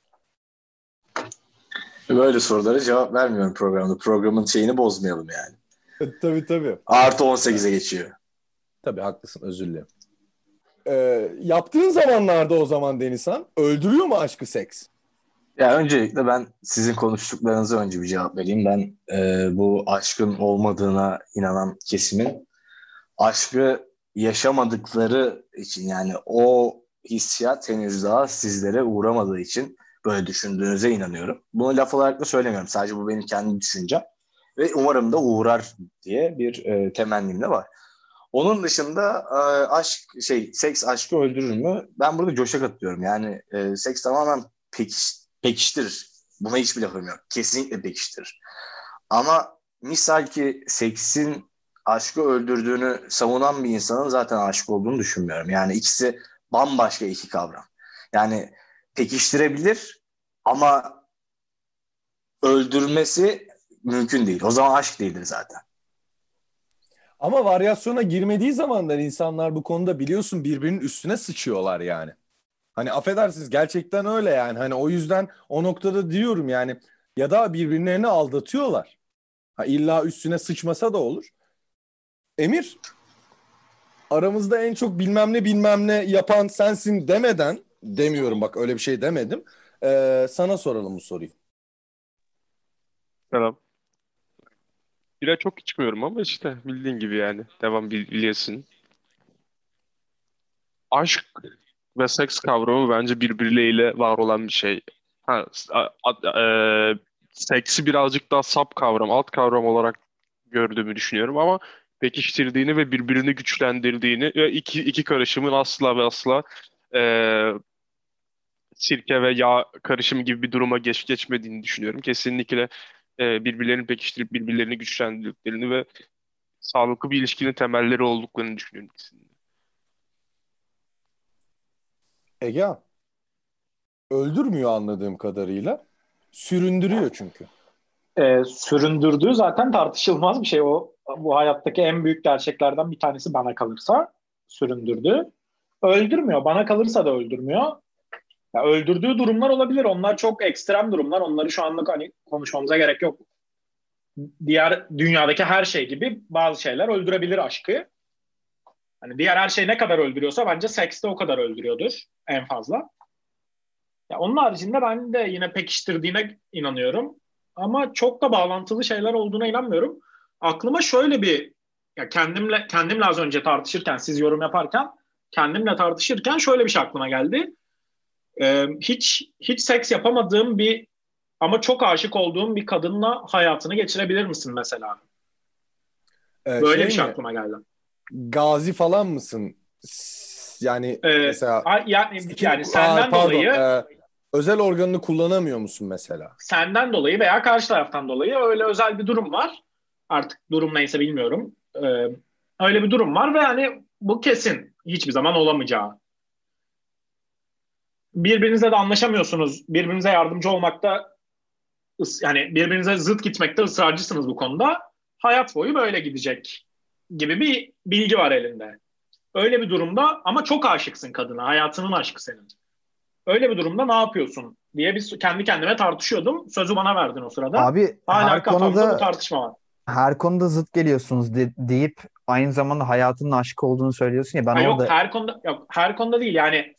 Böyle sorulara cevap vermiyorum programda. Programın şeyini bozmayalım yani. Tabii. Artı 18'e geçiyor. Tabii haklısın, özür dilerim. Yaptığın zamanlarda o zaman Denizhan öldürüyor mu aşkı seks? Ya öncelikle ben sizin konuştuklarınıza önce bir cevap vereyim. Ben bu aşkın olmadığına inanan kesimin aşkı yaşamadıkları için, yani o hissiyat henüz daha sizlere uğramadığı için böyle düşündüğünüze inanıyorum. Bunu laf olarak da söylemiyorum. Sadece bu benim kendi düşüncem. Ve umarım da uğrar diye bir temennim de var. Onun dışında seks aşkı öldürür mü? Ben burada coşa katılıyorum. Yani seks tamamen pekiştirir. Buna hiçbir lafım yok. Kesinlikle pekiştirir. Ama misal ki seksin aşkı öldürdüğünü savunan bir insanın zaten aşık olduğunu düşünmüyorum. Yani ikisi bambaşka iki kavram. Yani pekiştirebilir ama öldürmesi mümkün değil. O zaman aşk değildir zaten. Ama varyasyona girmediği zamanlar insanlar bu konuda biliyorsun birbirinin üstüne sıçıyorlar yani. Hani affedersiniz, gerçekten öyle yani. Hani o yüzden o noktada diyorum yani, ya da birbirlerini aldatıyorlar. Ha, illa üstüne sıçmasa da olur. Emir, aramızda en çok bilmem ne yapan sensin demeden, demiyorum bak, öyle bir şey demedim. Sana soralım bu soruyu. Selam. Bira çok içmiyorum ama işte bildiğin gibi yani. Devam biliyorsun. Aşk ve seks kavramı bence birbirleriyle var olan bir şey. Ha, seksi birazcık daha sap kavram, alt kavram olarak gördüğümü düşünüyorum ama pekiştirdiğini ve birbirini güçlendirdiğini ve iki karışımın asla ve asla e, sirke ve yağ karışımı gibi bir duruma geçmediğini düşünüyorum. Kesinlikle birbirlerini pekiştirip birbirlerini güçlendirdiklerini ve sağlıklı bir ilişkinin temelleri olduklarını düşünüyorum kesinlikle. Ege, öldürmüyor anladığım kadarıyla. Süründürüyor çünkü. Süründürdüğü zaten tartışılmaz bir şey. O bu hayattaki en büyük gerçeklerden bir tanesi bana kalırsa süründürdü. Öldürmüyor. Bana kalırsa da öldürmüyor. Ya öldürdüğü durumlar olabilir. Onlar çok ekstrem durumlar. Onları şu anlık hani konuşmamıza gerek yok. Diğer dünyadaki her şey gibi bazı şeyler öldürebilir aşkı. Hani diğer her şey ne kadar öldürüyorsa bence seks de o kadar öldürüyordur en fazla. Ya onun haricinde ben de yine pekiştirdiğine inanıyorum. Ama çok da bağlantılı şeyler olduğuna inanmıyorum. Aklıma şöyle bir, ya kendimle az önce tartışırken, siz yorum yaparken, kendimle tartışırken şöyle bir şey aklıma geldi. Hiç seks yapamadığım bir ama çok aşık olduğum bir kadınla hayatını geçirebilir misin mesela? Böyle bir şey Mi? aklıma geldi. Gazi falan mısın? Yani mesela Yani senden pardon, dolayı özel organını kullanamıyor musun mesela? senden dolayı veya karşı taraftan dolayı öyle özel bir durum var. Artık durum neyse bilmiyorum. Öyle bir durum var ve hani bu kesin hiçbir zaman olamayacağı. Birbirinizle de anlaşamıyorsunuz. Birbirinize yardımcı olmakta, yani birbirinize zıt gitmekte ısrarcısınız bu konuda. Hayat boyu böyle gidecek gibi bir bilgi var elinde. Öyle bir durumda ama çok aşıksın kadına. Hayatının aşkı senin. Öyle bir durumda ne yapıyorsun diye kendi kendime tartışıyordum. Sözü bana verdin o sırada. Abi Hala kafamda bu tartışma var. her konuda zıt geliyorsunuz deyip aynı zamanda hayatının aşkı olduğunu söylüyorsun ya, ben orada... Her konuda değil yani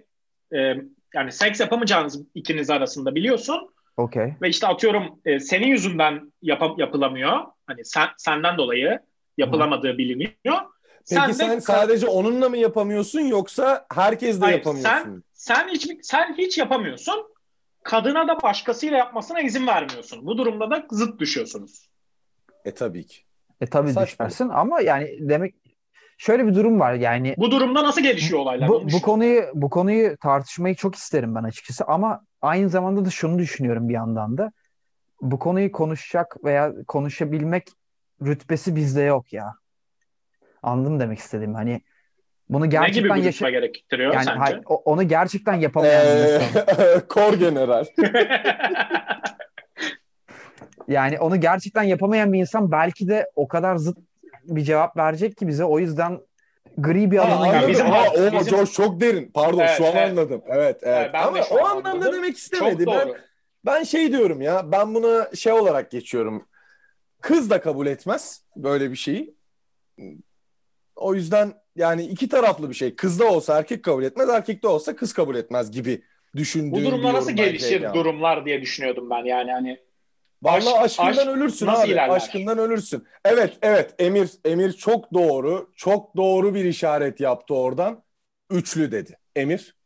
yani seks yapamayacağınız ikiniz arasında biliyorsun. Okay. Ve işte atıyorum senin yüzünden yapılamıyor. Hani senden dolayı yapılamadığı biliniyor. Peki sen sadece onunla mı yapamıyorsun yoksa herkes de yapamıyorsun? Sen hiç yapamıyorsun. Kadına da başkasıyla yapmasına izin vermiyorsun. Bu durumda da zıt düşüyorsunuz. Tabii ki. Tabii Saçma. düşersin ama yani demek şöyle bir durum var yani. Bu durumda nasıl gelişiyor olaylar? Bu konuyu tartışmayı çok isterim ben açıkçası ama aynı zamanda da şunu düşünüyorum bir yandan da. Bu konuyu konuşacak veya konuşabilmek rütbesi bizde yok ya. Anladın demek istediğim. Hani bunu gerçekten ne gibi bir rütbe gerektiriyor yani sence? onu gerçekten yapamayan bir insan. Kor general. Yani onu gerçekten yapamayan bir insan belki de o kadar zıt bir cevap verecek ki bize. O yüzden gri bir alana Ya Anladım. giriyor. Josh çok derin. Pardon, Evet, şu an evet. anladım. Evet, evet. Ben Ama de şu o an anlamda anladım. demek Çok istemedi. Ben doğru. ben şey diyorum ya. Ben buna şey olarak geçiyorum. Kız da kabul etmez böyle bir şeyi. O yüzden yani iki taraflı bir şey. Kız da olsa erkek kabul etmez, erkek de olsa kız kabul etmez gibi Bu düşündüğüm bir durumda nasıl yorum bence gelişir Egehan. durumlar diye düşünüyordum ben. Yani hani Vallahi aşkından aşk ölürsün nasıl abi. ilerler? Aşkından ölürsün. Evet, evet. Emir çok doğru. Çok doğru bir işaret yaptı oradan. Üçlü dedi. Emir.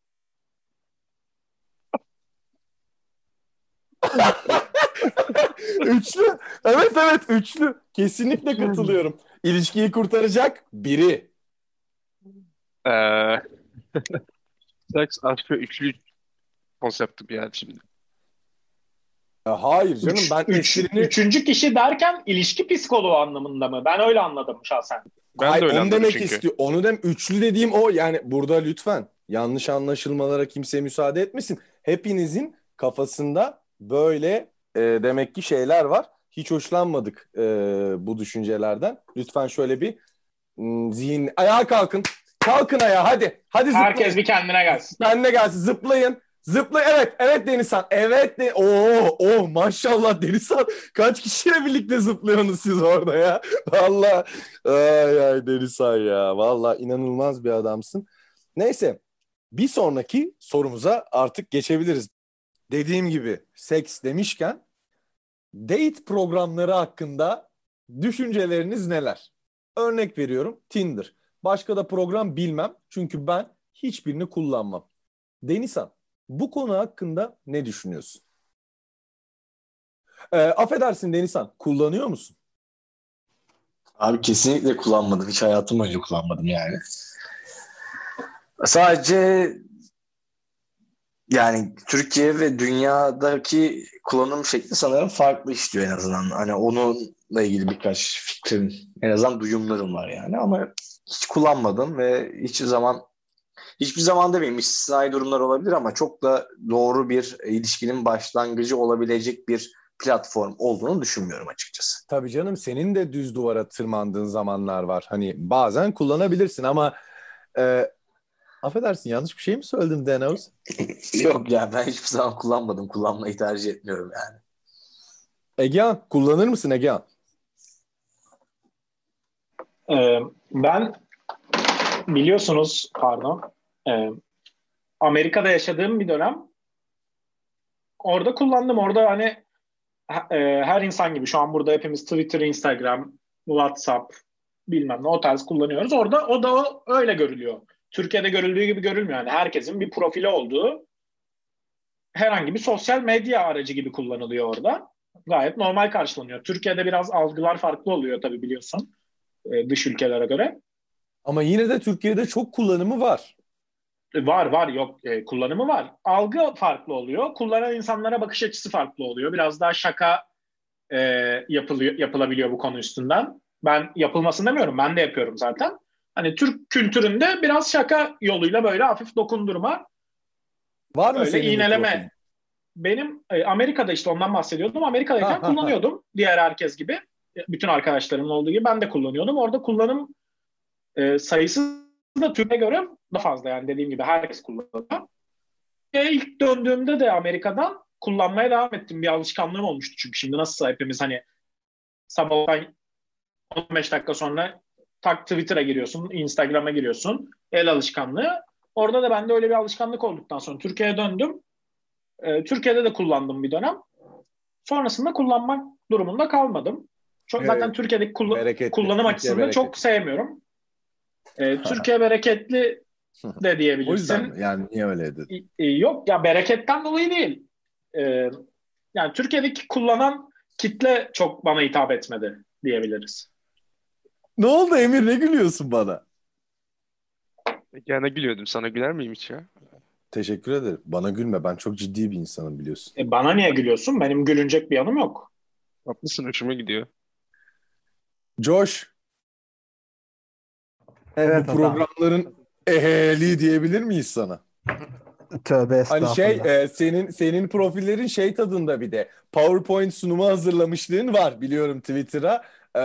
Üçlü. Evet, evet, üçlü. Kesinlikle katılıyorum. İlişkiyi kurtaracak biri. Ee, Seks, aşk ve üçlü konseptim yani şimdi. Hayır canım, ben esprini... Üçüncü kişi derken ilişki psikoloğu anlamında mı? Ben öyle anladım şahsen. Ben Hayır, de öyle onu anladım demek çünkü. istiyor. Üçlü dediğim o. Yani burada lütfen yanlış anlaşılmalara kimse müsaade etmesin. Hepinizin kafasında böyle demek ki şeyler var. Hiç hoşlanmadık bu düşüncelerden. Lütfen şöyle bir zihin... Ayağa kalkın. Kalkın ayağa, hadi. Hadi zıplayın. Herkes bir kendine gelsin. Kendine gelsin. Zıplayın. Zıplayın. Evet. Evet Denizhan. Evet. Oh maşallah Denizhan. Kaç kişiyle birlikte zıplıyorsunuz siz orada ya. Vallahi. Ay Denizhan ya. Vallahi inanılmaz bir adamsın. Neyse. Bir sonraki sorumuza artık geçebiliriz. Dediğim gibi seks demişken date programları hakkında düşünceleriniz neler? Örnek veriyorum, Tinder. Başka da program bilmem. Çünkü ben hiçbirini kullanmam. Denizhan, bu konu hakkında ne düşünüyorsun? Affedersin Denizhan, kullanıyor musun? Abi kesinlikle kullanmadım. Hiç hayatım boyunca kullanmadım yani. Sadece yani Türkiye ve dünyadaki kullanım şekli sanırım farklı işliyor en azından. Hani onunla ilgili birkaç fikrim, en azından duyumlarım var yani. Ama hiç kullanmadım ve hiçbir zaman demeyeyim, istisnai durumlar olabilir ama çok da doğru bir ilişkinin başlangıcı olabilecek bir platform olduğunu düşünmüyorum açıkçası. Tabii canım, senin de düz duvara tırmandığın zamanlar var. Hani bazen kullanabilirsin ama e, affedersin, yanlış bir şey mi söyledim Denoz? Yok ya, ben hiçbir zaman kullanmadım. Kullanmayı tercih etmiyorum yani. Egehan, kullanır mısın Egehan? Ben biliyorsunuz pardon Amerika'da yaşadığım bir dönem orada kullandım. Orada hani her insan gibi şu an burada hepimiz Twitter, Instagram, WhatsApp bilmem ne o tarz kullanıyoruz. Orada o öyle görülüyor. Türkiye'de görüldüğü gibi görülmüyor. Yani herkesin bir profili olduğu herhangi bir sosyal medya aracı gibi kullanılıyor orada. Gayet normal karşılanıyor. Türkiye'de biraz algılar farklı oluyor tabii biliyorsun dış ülkelere göre. Ama yine de Türkiye'de çok kullanımı var. Var yok kullanımı var. Algı farklı oluyor. Kullanan insanlara bakış açısı farklı oluyor. Biraz daha şaka e, yapılabiliyor bu konu üstünden. Ben yapılmasını demiyorum. Ben de yapıyorum zaten. Hani Türk kültüründe biraz şaka yoluyla böyle hafif dokundurma, Var mı öyle senin bir profilin? iğneleme. Benim Amerika'da işte ondan bahsediyordum. Ha Amerika'dayken ha ha. kullanıyordum. Diğer herkes gibi. Bütün arkadaşlarımın olduğu gibi ben de kullanıyordum. Orada kullanım sayısı da Türkiye'ye göre daha fazla. Yani dediğim gibi herkes kullanıyor. İlk döndüğümde de Amerika'dan kullanmaya devam ettim. Bir alışkanlığım olmuştu çünkü şimdi nasılsa hepimiz hani sabah 15 dakika sonra tak Twitter'a giriyorsun, Instagram'a giriyorsun. El alışkanlığı. Orada da bende öyle bir alışkanlık olduktan sonra Türkiye'ye döndüm. Türkiye'de de kullandım bir dönem. Sonrasında kullanmak durumunda kalmadım. Zaten Türkiye'deki Bereketli. kullanım Türkiye açısından çok bereketli. sevmiyorum. Türkiye bereketli de O yüzden diyebilirsin. mi? Yani niye öyle dedin? Yok ya, bereketten dolayı değil. Ee, Yani Türkiye'deki kullanan kitle çok bana hitap etmedi diyebiliriz. Ne oldu Emir? Ne gülüyorsun bana? Yani gülüyordum. Sana güler miyim hiç ya? Teşekkür ederim. Bana gülme. Ben çok ciddi bir insanım biliyorsun. Bana niye gülüyorsun? Benim gülünecek bir yanım yok. Haklısın, hoşuma gidiyor. Josh, bu Evet Atan. programların eheli diyebilir miyiz sana? Tövbe Hani şey estağfurullah. senin profillerin şey tadında bir de PowerPoint sunumu hazırlamışlığın var biliyorum Twitter'a.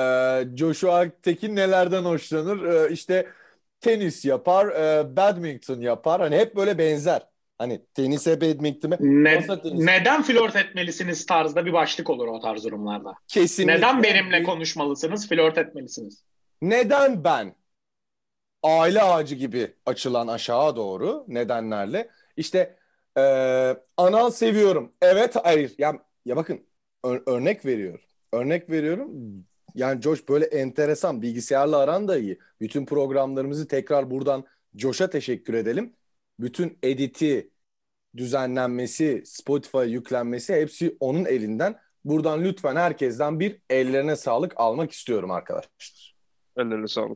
Joshua Tekin nelerden hoşlanır? İşte tenis yapar, badminton yapar. Hani hep böyle benzer. Hani tenise, badminton'a, masa tenisi. Neden flört etmelisiniz tarzda bir başlık olur o tarz durumlarda. Neden Kesinlikle. benimle konuşmalısınız, flört etmelisiniz? Neden ben? Aile ağacı gibi açılan aşağı doğru nedenlerle. İşte anal seviyorum. Evet, hayır. Ya bakın örnek veriyorum. Örnek veriyorum. Yani Josh böyle enteresan. Bilgisayarla aran da iyi. Bütün programlarımızı tekrar buradan Josh'a teşekkür edelim. Bütün editi, düzenlenmesi, Spotify yüklenmesi hepsi onun elinden. Buradan lütfen herkesten bir ellerine sağlık almak istiyorum arkadaşlar. Ellerine sağlık.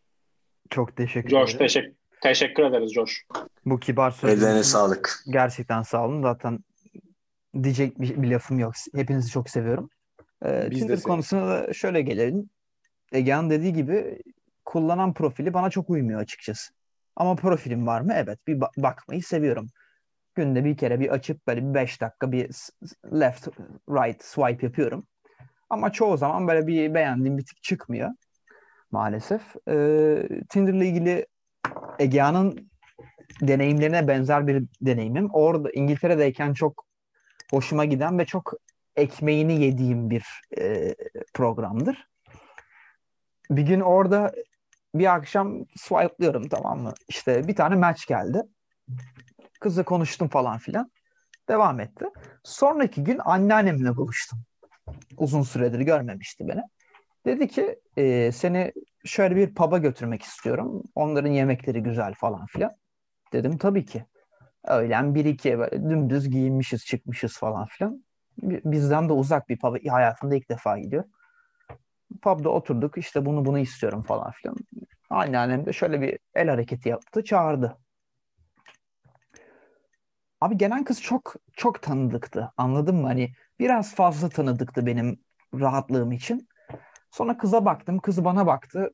Çok teşekkür Josh ederim. teşekkür ederiz Josh. Bu kibar Ellerine sözleriniz için sağlık. gerçekten sağ olun. Zaten diyecek bir lafım yok. Hepinizi çok seviyorum. Biz de Tinder seni. konusuna da şöyle gelelim. Egehan dediği gibi kullanan profili bana çok uymuyor açıkçası. Ama profilim var mı? Evet. Bir bakmayı seviyorum. Günde bir kere bir açıp böyle bir 5 dakika bir left right swipe yapıyorum. Ama çoğu zaman böyle bir beğendiğim bir tık çıkmıyor maalesef. Tinder'la ilgili Egehan'ın deneyimlerine benzer bir deneyimim. Orada İngiltere'deyken çok hoşuma giden ve çok ekmeğini yediğim bir programdır. Bir gün orada bir akşam swipe'lıyorum, tamam mı? İşte bir tane match geldi. Kızla konuştum falan filan. Devam etti. Sonraki gün anneannemle buluştum. Uzun süredir görmemişti beni. Dedi ki seni şöyle bir pub'a götürmek istiyorum. Onların yemekleri güzel falan filan. Dedim tabii ki. Öğlen 1-2 böyle dümdüz giyinmişiz çıkmışız falan filan. Bizden de uzak bir pub'a hayatımda ilk defa gidiyor. Pub'da oturduk, işte bunu istiyorum falan filan. Anneannem de şöyle bir el hareketi yaptı, çağırdı. Abi gelen kız çok çok tanıdıktı. Anladın mı? Hani biraz fazla tanıdıktı benim rahatlığım için. Sonra kıza baktım. Kız bana baktı.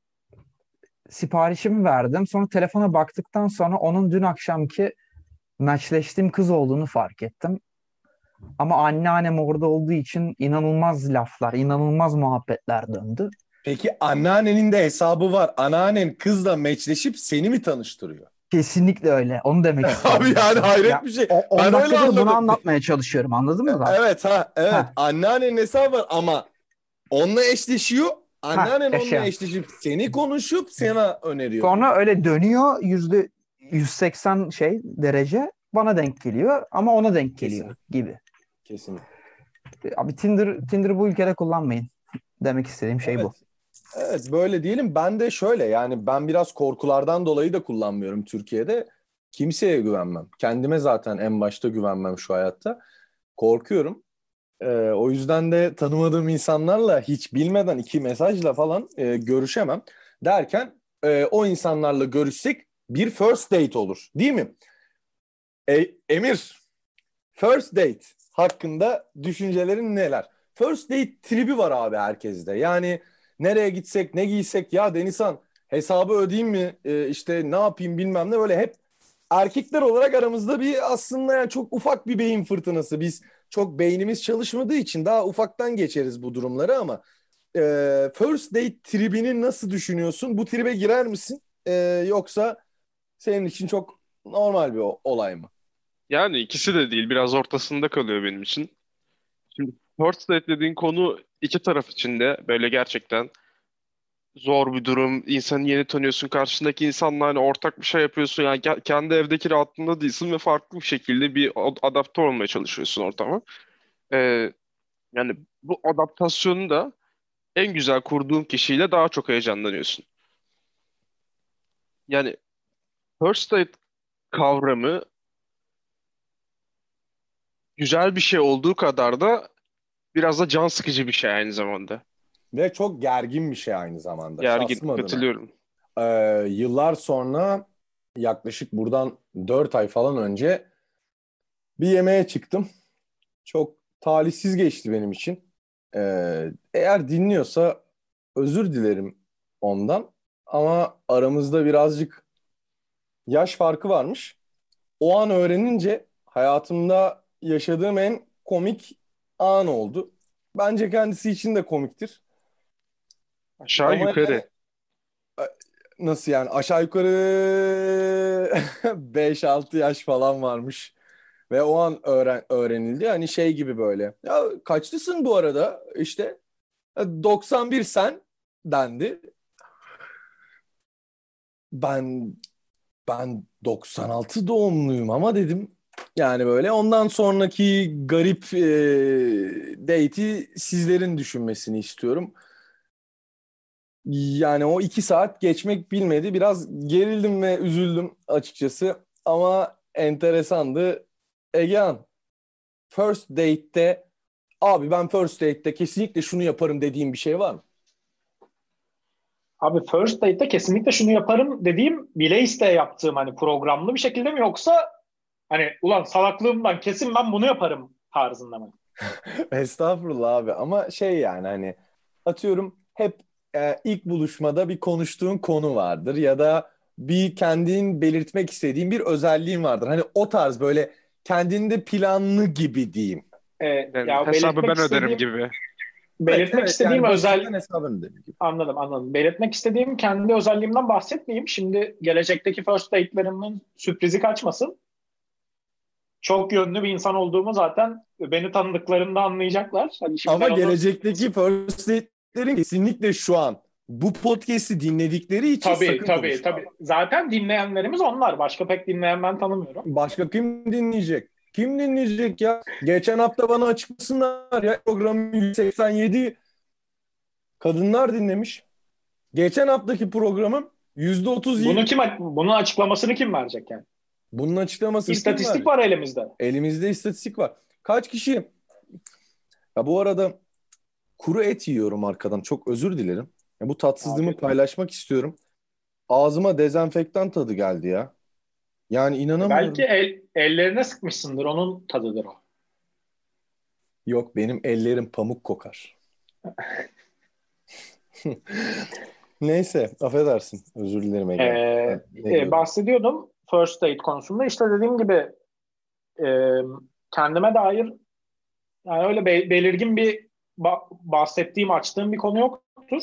Siparişimi verdim. Sonra telefona baktıktan sonra onun dün akşamki matchleştiğim kız olduğunu fark ettim. Ama anneannem orada olduğu için inanılmaz laflar, inanılmaz muhabbetler döndü. Peki anneannenin de hesabı var. Anneannen kızla meçleşip seni mi tanıştırıyor? Kesinlikle öyle. Onu demek Abi istiyorum yani zaten. hayret Ya, bir şey. 10 Ben öyle dakikadır bunu anladım. anlatmaya çalışıyorum. Anladın mı zaten? Evet evet. Ha, Anneannenin hesabı var ama onunla eşleşiyor. ha, Anneannen onunla yaşa. eşleşip seni konuşup sana öneriyor bunu. Sonra öyle dönüyor, %180 derece bana denk geliyor ama ona denk geliyor Kesinlikle. gibi. Kesinlikle. Abi Tinder bu ülkede kullanmayın. Demek istediğim şey bu. Evet. Evet böyle diyelim. Ben de şöyle yani ben biraz korkulardan dolayı da kullanmıyorum Türkiye'de. Kimseye güvenmem. Kendime zaten en başta güvenmem şu hayatta. Korkuyorum. O yüzden de tanımadığım insanlarla hiç bilmeden iki mesajla falan görüşemem. Derken o insanlarla görüşsek bir first date olur. Değil mi? Emir, first date hakkında düşüncelerin neler? First date tribi var abi herkeste. Yani nereye gitsek, ne giysek ya Denizhan hesabı ödeyeyim mi? İşte ne yapayım bilmem ne böyle hep erkekler olarak aramızda bir aslında yani çok ufak bir beyin fırtınası. Biz çok beynimiz çalışmadığı için daha ufaktan geçeriz bu durumları ama first date tribini nasıl düşünüyorsun? Bu tribe girer misin? Yoksa senin için çok normal bir olay mı? Yani ikisi de değil. Biraz ortasında kalıyor benim için. Şimdi first date dediğin konu iki taraf için de böyle gerçekten zor bir durum. İnsanı yeni tanıyorsun. Karşındaki insanla hani ortak bir şey yapıyorsun. Yani kendi evdeki rahatlığında değilsin ve farklı bir şekilde bir adapte olmaya çalışıyorsun ortama. Ee, Yani bu adaptasyonu da en güzel kurduğun kişiyle daha çok heyecanlanıyorsun. Yani first date kavramı güzel bir şey olduğu kadar da biraz da can sıkıcı bir şey aynı zamanda. Ve çok gergin bir şey aynı zamanda Gergin, şahsım adına. katılıyorum. Yıllar sonra yaklaşık buradan 4 ay falan önce bir yemeğe çıktım. Çok talihsiz geçti benim için. Eğer dinliyorsa özür dilerim ondan. Ama aramızda birazcık yaş farkı varmış. o an öğrenince hayatımda yaşadığım en komik an oldu. Bence kendisi için de komiktir. Aşağı Ama yani yukarı. nasıl yani aşağı yukarı 5-6 yaş falan varmış. Ve o an öğrenildi. Hani şey gibi böyle. Ya kaçlısın bu arada? İşte 91 sen dendi. Ben ben 96 doğumluyum ama dedim. Yani böyle ondan sonraki garip date'i sizlerin düşünmesini istiyorum. Yani o 2 saat geçmek bilmedi. Biraz gerildim ve üzüldüm açıkçası. Ama enteresandı. Egehan, first date'te abi ben first date'te kesinlikle şunu yaparım dediğim bir şey var mı? Abi first date'te kesinlikle şunu yaparım dediğim, bile isteye yaptığım, hani programlı bir şekilde mi, yoksa hani ulan salaklığımdan kesin ben bunu yaparım tarzında mı? Estağfurullah abi ama şey yani hani atıyorum hep ilk buluşmada bir konuştuğun konu vardır ya da bir kendin belirtmek istediğin bir özelliğin vardır. Hani o tarz böyle kendinde planlı gibi diyeyim. Yani Ya hesabı belirtmek ben öderim istediğim gibi. Evet belirtmek evet istediğim yani özel basitinden hesabını dediğim gibi. anladım. Belirtmek istediğim kendi özelliğimden bahsetmeyeyim. Şimdi gelecekteki first date'lerimin sürprizi kaçmasın. Çok yönlü bir insan olduğumu zaten beni tanıdıklarında anlayacaklar. Hani Ama şimdiden onu gelecekteki first date'lerin kesinlikle şu an bu podcast'i dinledikleri için tabii sakın tabii konuşma tabii. abi. Zaten dinleyenlerimiz onlar. Başka pek dinleyen ben tanımıyorum. Başka kim dinleyecek? Kim dinleyecek ya? Geçen hafta bana açıklasınlar ya programı 187 kadınlar dinlemiş. Geçen haftaki programım %30. Bunun açıklamasını kim verecek yani? Bunun açıklamasını kim İstatistik verecek? var elimizde. Elimizde istatistik var. Kaç kişi? Ya bu arada kuru et yiyorum arkadan. Çok özür dilerim. Ya bu tatsızlığımı Afiyet olsun. paylaşmak istiyorum. Ağzıma dezenfektan tadı geldi ya. Yani Belki inanamıyorum. ellerine sıkmışsındır. Onun tadıdır o. Yok benim ellerim pamuk kokar. Neyse affedersin. Özür dilerim Ege. Ne diyordum? Bahsediyordum first date konusunda. İşte dediğim gibi e, kendime dair yani öyle belirgin bir bahsettiğim, açtığım bir konu yoktur.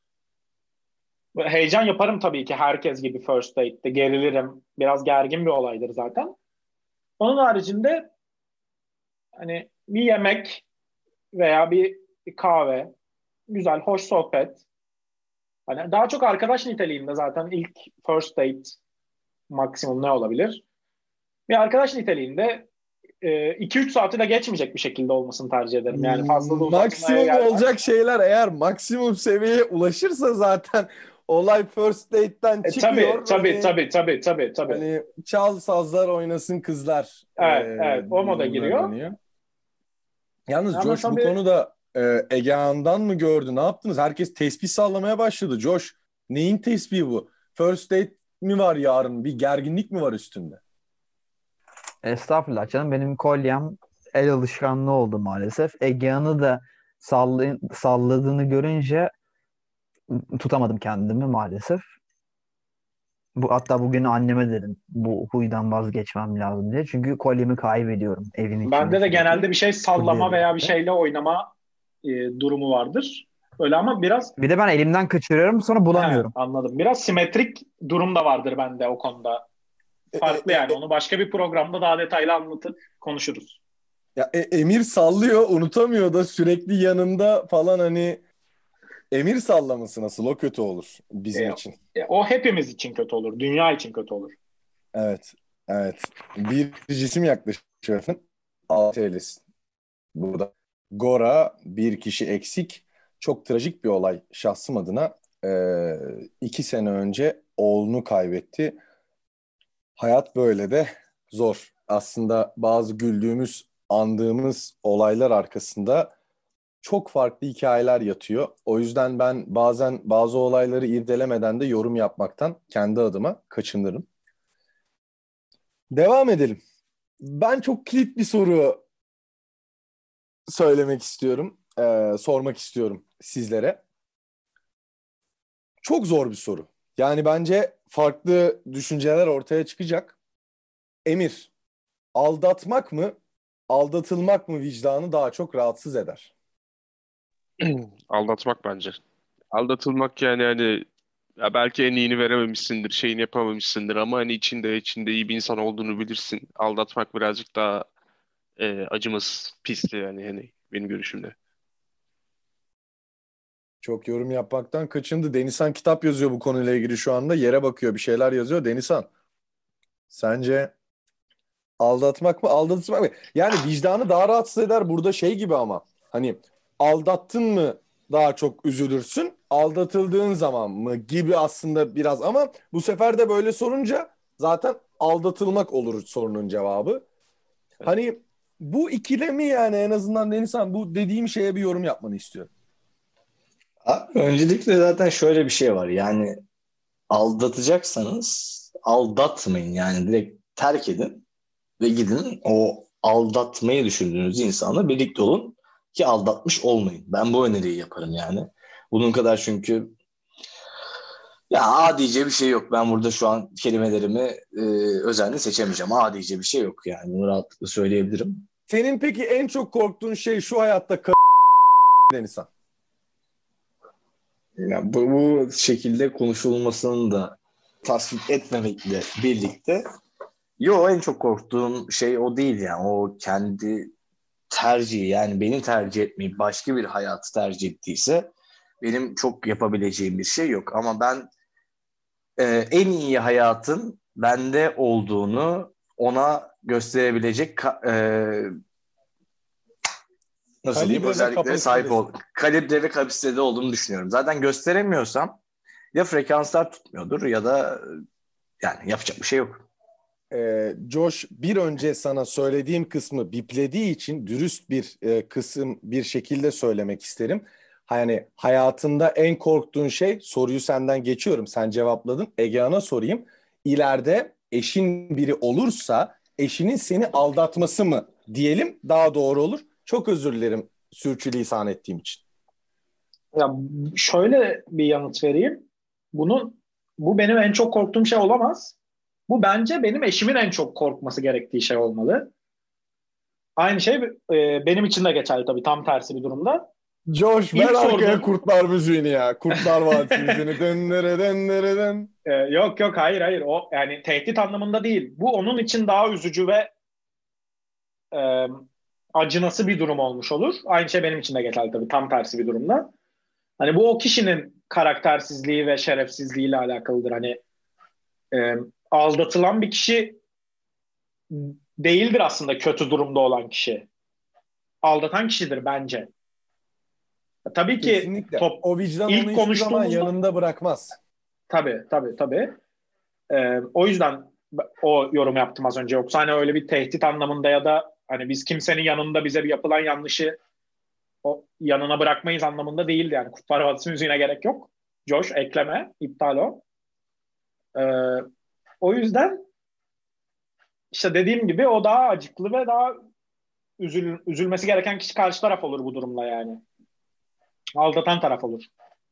Heyecan yaparım tabii ki, herkes gibi first date'te. Gerilirim. Biraz gergin bir olaydır zaten. Onun haricinde hani bir yemek veya bir kahve, güzel, hoş sohbet. Hani daha çok arkadaş niteliğinde zaten ilk first date maksimum ne olabilir? Bir arkadaş niteliğinde 2-3 saati de geçmeyecek bir şekilde olmasını tercih ederim. Yani fazla da uzatmaya Maksimum olacak gelmez. şeyler eğer maksimum seviyeye ulaşırsa zaten olay first date'ten Tabii, çıkıyor. tabii, tabii, tabii, tabii, tabii. Hani çal sazlar oynasın kızlar Evet, evet. O moda durumuna giriyor. dönüyor. Yalnız Ama Josh bu tabii konuda Ege Ağa'ndan mı gördü? Ne yaptınız? Herkes tespih sallamaya başladı. Josh neyin tespihi bu? First date mi var yarın? Bir gerginlik mi var üstünde? Estağfurullah canım, benim kolyem el alışkanlığı oldu maalesef. Egean'ı da salladığını görünce tutamadım kendimi maalesef. Hatta bugün anneme dedim bu huydan vazgeçmem lazım diye. Çünkü kolyemi kaybediyorum evin içinde bende de sürekli. genelde bir şey Kurdele sallama veya bir içinde. şeyle oynama durumu vardır. Öyle ama biraz Bir de ben elimden kaçırıyorum sonra bulamıyorum. anladım. Biraz simetrik durum da vardır bende o konuda. E, Farklı e, yani. e, Onu başka bir programda daha detaylı anlatıp konuşuruz. Ya Emir sallıyor, unutamıyor da sürekli yanında falan hani Emir sallaması nasıl? O kötü olur E, bizim için. O hepimiz için kötü olur. Dünya için kötü olur. Evet, evet. Bir cisim yaklaşıyor efendim. 6 eylesin. Burada Gora bir kişi eksik. Çok trajik bir olay şahsım adına. 2 sene önce oğlunu kaybetti. Hayat böyle de zor. Aslında bazı güldüğümüz, andığımız olaylar arkasında çok farklı hikayeler yatıyor. O yüzden ben bazen bazı olayları irdelemeden de yorum yapmaktan kendi adıma kaçınırım. Devam edelim. Ben çok kilit bir soru söylemek istiyorum, sormak istiyorum sizlere. Çok zor bir soru. Yani bence farklı düşünceler ortaya çıkacak. Emir, Aldatmak mı, aldatılmak mı vicdanı daha çok rahatsız eder? Aldatmak bence. Aldatılmak yani hani ya belki en iyini verememişsindir, şeyini yapamamışsındır ama hani içinde iyi bir insan olduğunu bilirsin. Aldatmak birazcık daha acımasız, pisli yani hani benim görüşümde. Çok yorum yapmaktan kaçındı. Denizhan kitap yazıyor bu konuyla ilgili şu anda. Yere bakıyor, bir şeyler yazıyor. Denizhan, sence aldatmak mı, aldatılmak mı? Yani vicdanı daha rahatsız eder burada şey gibi ama. Hani aldattın mı daha çok üzülürsün, aldatıldığın zaman mı gibi aslında biraz ama bu sefer de böyle sorunca zaten aldatılmak olur sorunun cevabı. Hani bu ikilemi yani en azından Denizhan bu dediğim şeye bir yorum yapmanı istiyorum. Abi, öncelikle zaten şöyle bir şey var. Yani aldatacaksanız aldatmayın. Yani direkt terk edin ve gidin o aldatmayı düşündüğünüz insanla birlikte olun ki aldatmış olmayın. Ben bu öneriyi yaparım yani. Bunun kadar çünkü ya A diyeceği bir şey yok. Ben burada şu an kelimelerimi özenle seçemeyeceğim. A diyeceği bir şey yok yani. Bunu rahatlıkla söyleyebilirim. Senin peki en çok korktuğun şey şu hayatta Denizhan? Yani bu şekilde konuşulmasını da tasvip etmemekle birlikte en çok korktuğum şey o değil yani. O kendi tercihi yani benim tercih etmeyip başka bir hayatı tercih ettiyse benim çok yapabileceğim bir şey yok. Ama ben en iyi hayatın bende olduğunu ona gösterebilecek nasıl diyeyim Kalibre ve özelliklere sahip kapasitedesin. kalibre ve kapasitede olduğunu düşünüyorum. Zaten gösteremiyorsam ya frekanslar tutmuyordur ya da yani yapacak bir şey yok. Josh bir önce sana söylediğim kısmı biplediği için dürüst bir kısım bir şekilde söylemek isterim. Hani hayatında en korktuğun şey soruyu senden geçiyorum. Sen cevapladın. Egehan'a sorayım. İleride eşin biri olursa eşinin seni aldatması mı diyelim daha doğru olur. Çok özür dilerim sürçülisan ettiğim için. Ya şöyle bir yanıt vereyim. Bunun bu benim en çok korktuğum şey olamaz. Bu bence benim eşimin en çok korkması gerektiği şey olmalı. Aynı şey benim için de geçerli tabii tam tersi bir durumda. Josh ver İlk arkaya sorduğun Kurtlar müziğini ya. Kurtlar Vadisi müziğini. Döndere döndere dön. yok yok hayır o yani tehdit anlamında değil. Bu onun için daha üzücü ve e, acınası bir durum olmuş olur. Aynı şey benim için de geçerli tabii tam tersi bir durumda. Hani bu o kişinin karaktersizliği ve şerefsizliğiyle alakalıdır. Hani e, aldatılan bir kişi değildir aslında kötü durumda olan kişi. Aldatan kişidir bence. Tabii ki Kesinlikle. O vicdan onu ilk hiçbir zaman konuştuğumuzda yanında bırakmaz. tabii. O yüzden o yorum yaptım az önce. Yoksa hani öyle bir tehdit anlamında ya da hani biz kimsenin yanında bize bir yapılan yanlışı o yanına bırakmayız anlamında değildi yani. Kurtlar Vadisi müziğine gerek yok. Josh ekleme, iptal o. Ee, O yüzden işte dediğim gibi o daha acıklı ve daha üzülmesi gereken kişi karşı taraf olur bu durumda yani. Aldatan taraf olur.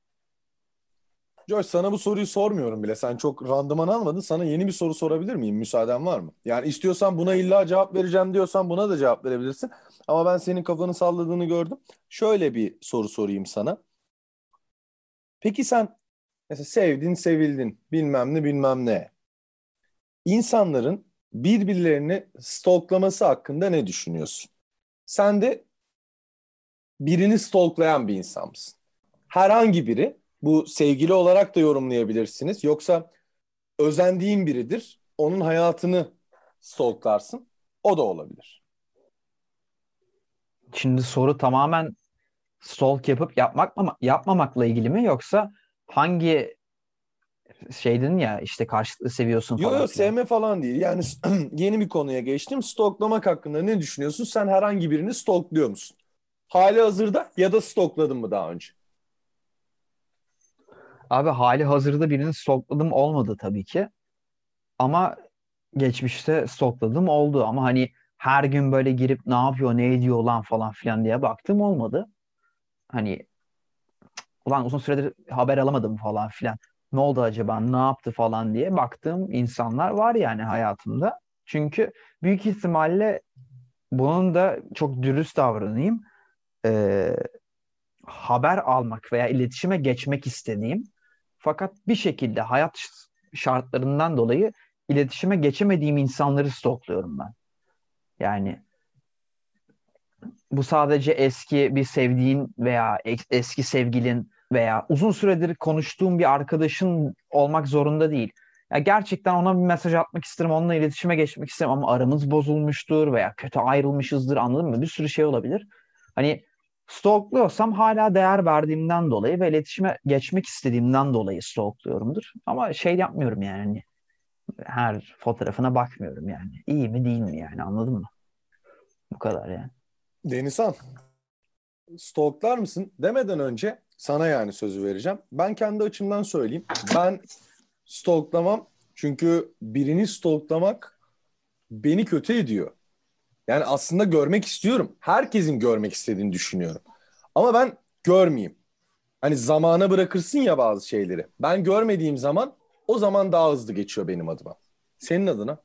Josh sana bu soruyu sormuyorum bile. Sen çok randıman almadın. Sana yeni bir soru sorabilir miyim? Müsaaden var mı? Yani istiyorsan buna illa cevap vereceğim diyorsan buna da cevap verebilirsin. Ama ben senin kafanı salladığını gördüm. Şöyle bir soru sorayım sana. Peki sen mesela sevdin, sevildin, bilmem ne, bilmem ne. İnsanların birbirlerini stalklaması hakkında ne düşünüyorsun? Sen de birini stalklayan bir insan mısın? Herhangi biri, bu sevgili olarak da yorumlayabilirsiniz. Yoksa özendiğin biridir, onun hayatını stalklarsın. O da olabilir. Şimdi soru tamamen stalk yapıp yapmamakla ilgili mi, yoksa hangi şeydin ya işte karşılıklı seviyorsun Yo falan yo filan. sevme falan değil. Yani yeni bir konuya geçtim. Stalklamak hakkında ne düşünüyorsun? Sen herhangi birini stalkluyor musun? Hali hazırda ya da stalkladın mı daha önce? Abi hali hazırda birini stalkladım olmadı tabii ki. Ama geçmişte stalkladım oldu. Ama hani her gün böyle girip ne yapıyor, ne ediyor lan falan filan diye baktım olmadı. Hani ulan uzun süredir haber alamadım falan filan. Ne oldu acaba, ne yaptı falan diye baktığım insanlar var yani hayatımda. Çünkü büyük ihtimalle bunun da çok dürüst davranayım. Haber almak veya iletişime geçmek istediğim fakat bir şekilde hayat şartlarından dolayı iletişime geçemediğim insanları stalkluyorum ben. Yani bu sadece eski bir sevdiğin veya eski sevgilin veya uzun süredir konuştuğum bir arkadaşın olmak zorunda değil. Ya gerçekten ona bir mesaj atmak isterim, onunla iletişime geçmek isterim ama aramız bozulmuştur veya kötü ayrılmışızdır, anladın mı? Bir sürü şey olabilir. Hani stalkluyorsam hala değer verdiğimden dolayı ve iletişime geçmek istediğimden dolayı stalkluyorumdur. Ama şey yapmıyorum yani. Her fotoğrafına bakmıyorum yani. İyi mi değil mi yani, anladın mı? Bu kadar yani. Denizhan, stalklar mısın demeden önce sana yani sözü vereceğim. Ben kendi açımdan söyleyeyim. Ben stalklamam çünkü birini stalklamak beni kötü ediyor. Yani aslında görmek istiyorum. Herkesin görmek istediğini düşünüyorum. Ama ben görmeyeyim. Hani zamana bırakırsın ya bazı şeyleri. Ben görmediğim zaman o zaman daha hızlı geçiyor benim adıma. Senin adına?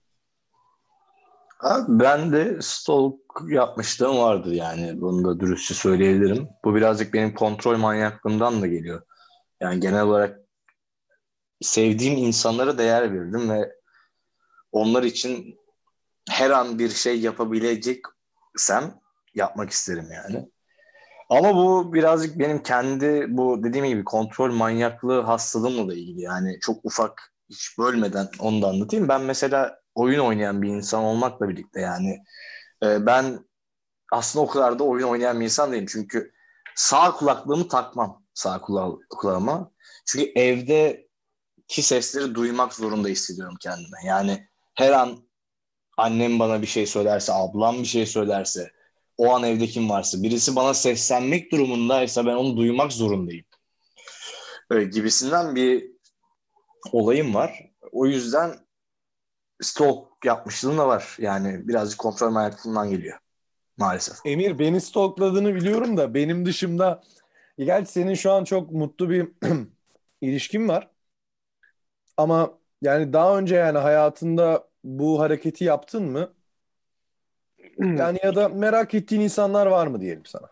Abi ben de stalk yapmışlığım vardı yani. Bunu da dürüstçe söyleyebilirim. Bu birazcık benim kontrol manyaklığımdan da geliyor. Yani genel olarak sevdiğim insanlara değer verirdim ve onlar için her an bir şey yapabileceksem yapmak isterim yani. Ama bu birazcık benim kendi bu dediğim gibi kontrol manyaklığı hastalığımla da ilgili. Yani çok ufak, hiç bölmeden onu da anlatayım. Ben mesela oyun oynayan bir insan olmakla birlikte yani ben aslında o kadar da oyun oynayan bir insan değilim. Çünkü sağ kulaklığımı takmam kulağıma. Çünkü evdeki sesleri duymak zorunda hissediyorum kendime. Yani her an annem bana bir şey söylerse, ablam bir şey söylerse, o an evde kim varsa, birisi bana seslenmek durumundaysa ben onu duymak zorundayım. Gibisinden bir olayım var. O yüzden stalk yapmışlığım da var. Yani birazcık kontrol manyaklığından geliyor maalesef. Emir, beni stalkladığını biliyorum da benim dışımda, gerçi senin şu an çok mutlu bir ilişkin var. Ama yani daha önce yani hayatında bu hareketi yaptın mı? Yani ya da merak ettiğin insanlar var mı diyelim sana.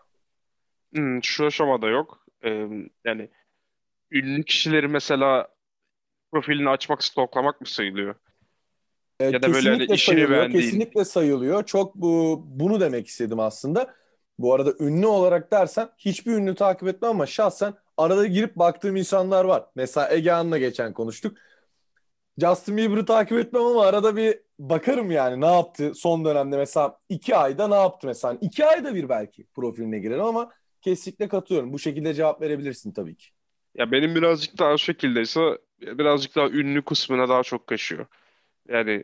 Şu aşamada yok. Yani ünlü kişileri mesela profilini açmak, stalklamak mı sayılıyor? Ya da böyle hani Kesinlikle işini sayılıyor, beğendiğin. kesinlikle sayılıyor. Çok bunu demek istedim aslında. Bu arada ünlü olarak dersen hiçbir ünlü takip etmem ama şahsen arada girip baktığım insanlar var. Mesela Egehan'la geçen konuştuk. Justin Bieber'ı takip etmem ama arada bir bakarım yani ne yaptı son dönemde, mesela 2 ayda ne yaptı mesela. 2 ayda bir belki profiline girerim ama kesinlikle katılıyorum. Bu şekilde cevap verebilirsin tabii ki. Ya benim birazcık daha o şekildeyse birazcık daha ünlü kısmına daha çok kaçıyor. Yani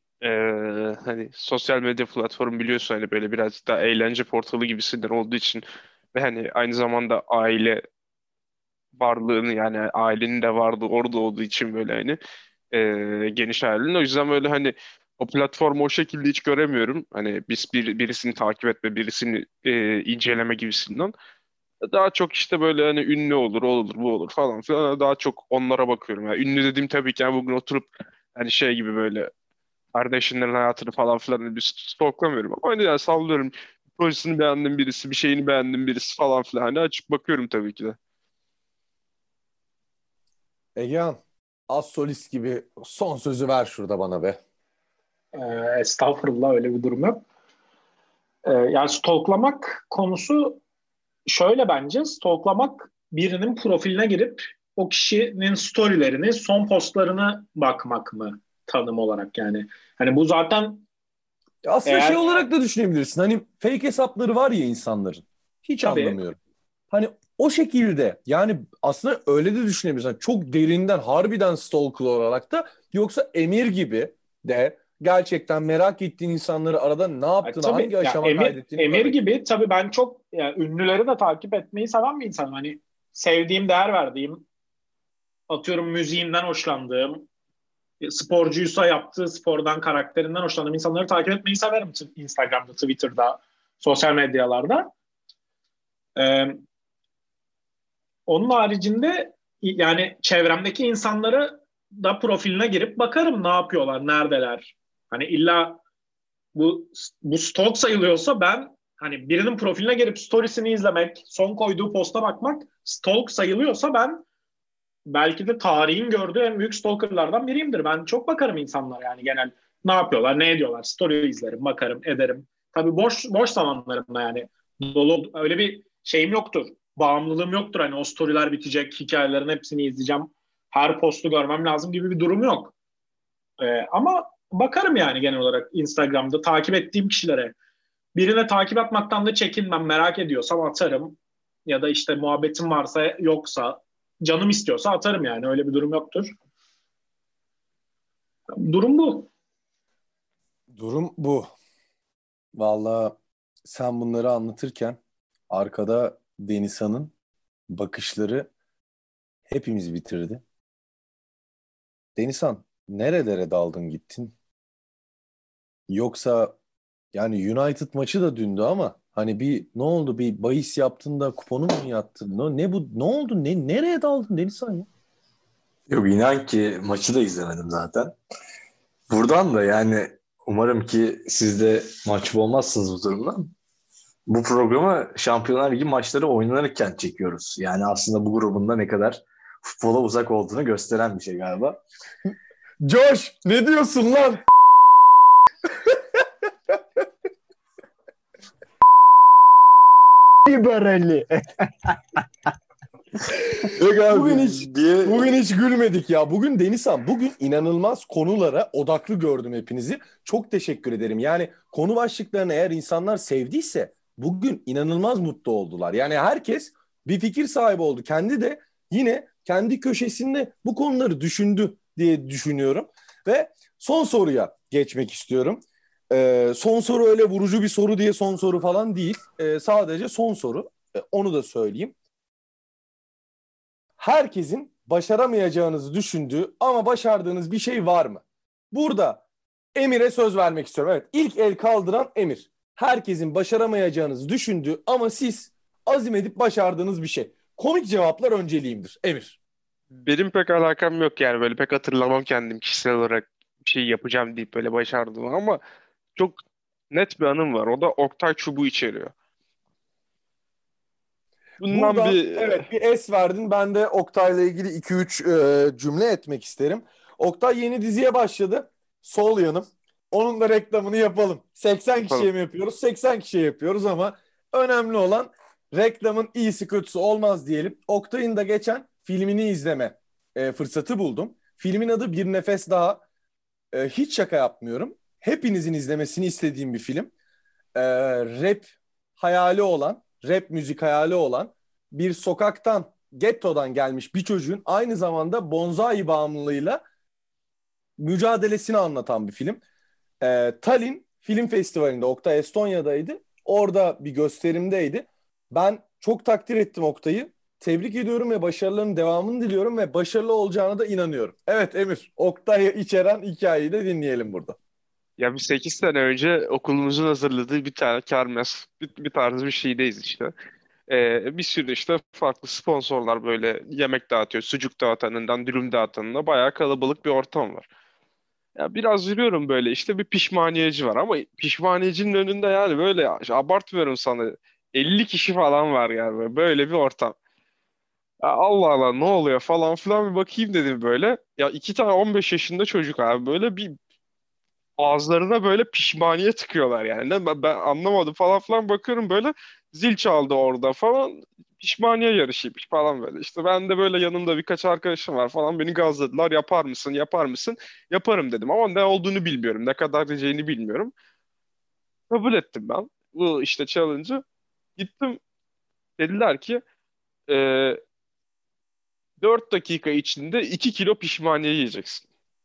hani sosyal medya platformu biliyorsun hani böyle birazcık daha eğlence portalı gibisinden olduğu için ve hani aynı zamanda aile varlığını yani ailenin de varlığı orada olduğu için böyle hani geniş ailenin. O yüzden böyle hani o platformu o şekilde hiç göremiyorum. Hani birisini takip etme, birisini inceleme gibisinden. Daha çok işte böyle hani ünlü olur, o olur, bu olur falan filan. Daha çok onlara bakıyorum. Yani ünlü dediğim tabii ki yani bugün oturup hani şey gibi böyle kardeşlerin hayatını falan filan hani bir stalklamıyorum. Ama hani yani sallıyorum. Projesini beğendim birisi, bir şeyini beğendim birisi falan filan. Hani açıp bakıyorum tabii ki de. Egehan, az solist gibi son sözü ver şurada bana be. Estağfurullah, öyle bir durum yok. Yani stalklamak konusu şöyle, bence stalklamak birinin profiline girip o kişinin storylerini, son postlarını bakmak mı tanım olarak yani. Hani bu zaten Aslında şey eğer olarak da düşünebilirsin. Hani fake hesapları var ya insanların. Hiç tabii anlamıyorum. Hani o şekilde yani aslında öyle de düşünebilirsin. Hani çok derinden harbiden stalker olarak da, yoksa Emir gibi de gerçekten merak ettiğin insanları arada ne yaptığını, tabii hangi ya aşama kaydettiğini Emir görmek. gibi, tabii ben çok yani ünlüleri de takip etmeyi seven bir insanım. Hani sevdiğim, değer verdiğim, atıyorum müziğinden hoşlandığım, sporcuysa yaptığı spordan, karakterinden hoşlandığım insanları takip etmeyi severim. Instagram'da, Twitter'da, sosyal medyalarda. Ee, Onun haricinde yani çevremdeki insanları da profiline girip bakarım ne yapıyorlar, neredeler, Hani illa bu stalk sayılıyorsa ben hani birinin profiline gelip storiesini izlemek, son koyduğu posta bakmak stalk sayılıyorsa ben belki de tarihin gördüğü en büyük stalkerlardan biriyimdir. Ben çok bakarım insanlara yani genel ne yapıyorlar, ne ediyorlar. Story izlerim, bakarım, ederim. Tabii boş zamanlarımda yani dolu öyle bir şeyim yoktur. Bağımlılığım yoktur. Hani o storyler bitecek, hikayelerin hepsini izleyeceğim. Her postu görmem lazım gibi bir durum yok. Ama bakarım yani genel olarak Instagram'da takip ettiğim kişilere. Birine takip atmaktan da çekinmem. Merak ediyorsam atarım. Ya da işte muhabbetim varsa yoksa canım istiyorsa atarım yani. Öyle bir durum yoktur. Durum bu. Durum bu. Vallahi sen bunları anlatırken arkada Denizhan'ın bakışları hepimizi bitirdi. Denizhan, nerelere daldın gittin? Yoksa yani United maçı da dündü ama hani bir ne oldu? Bir bahis yaptın da kuponu mu yattın? Ne bu? Ne oldu? Nereye daldın Denizhan ya? Yok inan ki maçı da izlemedim zaten. Buradan da yani umarım ki siz de mahcup olmazsınız bu durumdan. Bu programı Şampiyonlar Ligi maçları oynanırken çekiyoruz. Yani aslında bu grubunda ne kadar futbola uzak olduğunu gösteren bir şey galiba. Josh, ne diyorsun lan? Liberali. Yok abi, Bugün hiç gülmedik ya. Bugün Denizhan, bugün inanılmaz konulara odaklı gördüm hepinizi. Çok teşekkür ederim. Yani konu başlıklarını eğer insanlar sevdiyse bugün inanılmaz mutlu oldular. Yani herkes bir fikir sahibi oldu. Kendi de yine kendi köşesinde bu konuları düşündü diye düşünüyorum. Ve son soruya geçmek istiyorum. Son soru öyle vurucu bir soru diye son soru falan değil. Sadece son soru. Onu da söyleyeyim. Herkesin başaramayacağınızı düşündüğü ama başardığınız bir şey var mı? Burada Emir'e söz vermek istiyorum. Evet, ilk el kaldıran Emir. Herkesin başaramayacağınızı düşündüğü ama siz azim edip başardığınız bir şey. Komik cevaplar önceliğimdir. Emir. Benim pek alakam yok yani böyle pek hatırlamam kendim kişisel olarak bir şey yapacağım deyip böyle başardım ama çok net bir anım var. O da Oktay çubuğu içeriyor. Bundan Buradan bir evet bir es verdin. Ben de Oktay'la ilgili 2-3 cümle etmek isterim. Oktay yeni diziye başladı. Sol yanım. Onun da reklamını yapalım. 80 kişiye yapalım. mi yapıyoruz? 80 kişiye yapıyoruz ama önemli olan reklamın iyisi kötüsü olmaz diyelim. Oktay'ın da geçen filmini izleme fırsatı buldum. Filmin adı Bir Nefes Daha. Hiç şaka yapmıyorum. Hepinizin izlemesini istediğim bir film. Rap hayali olan, rap müzik hayali olan bir sokaktan, gettodan gelmiş bir çocuğun aynı zamanda bonsai bağımlılığıyla mücadelesini anlatan bir film. Tallinn Film Festivali'nde, Oktay Estonya'daydı. Orada bir gösterimdeydi. Ben çok takdir ettim Oktay'ı. Tebrik ediyorum ve başarılarının devamını diliyorum ve başarılı olacağına da inanıyorum. Evet Emir, Oktay'ı içeren hikayeyi de dinleyelim burada. Ya bir 8 sene önce okulumuzun hazırladığı bir tane kermes, bir tarz bir şeydeyiz işte. Bir sürü işte farklı sponsorlar böyle yemek dağıtıyor. Sucuk dağıtanından dürüm dağıtanına bayağı kalabalık bir ortam var. Ya biraz yürüyorum böyle işte bir pişmaniyeci var ama pişmaniyecinin önünde yani böyle abartmıyorum sana 50 kişi falan var yani böyle bir ortam. Ya Allah Allah ne oluyor falan filan bir bakayım dedim böyle. Ya iki tane 15 yaşında çocuk abi böyle bir ağızlarına böyle pişmaniye tıkıyorlar yani. Ben anlamadım falan filan bakıyorum böyle zil çaldı orada falan. Pişmaniye yarışıymış falan böyle. İşte ben de böyle yanımda birkaç arkadaşım var falan beni gazladılar. Yapar mısın? Yapar mısın? Yaparım dedim ama ne olduğunu bilmiyorum. Ne kadar diyeceğini bilmiyorum. Kabul ettim ben. Bu işte challenge'ı. Gittim dediler ki e, 4 dakika içinde 2 kilo pişmaniye yiyeceksin.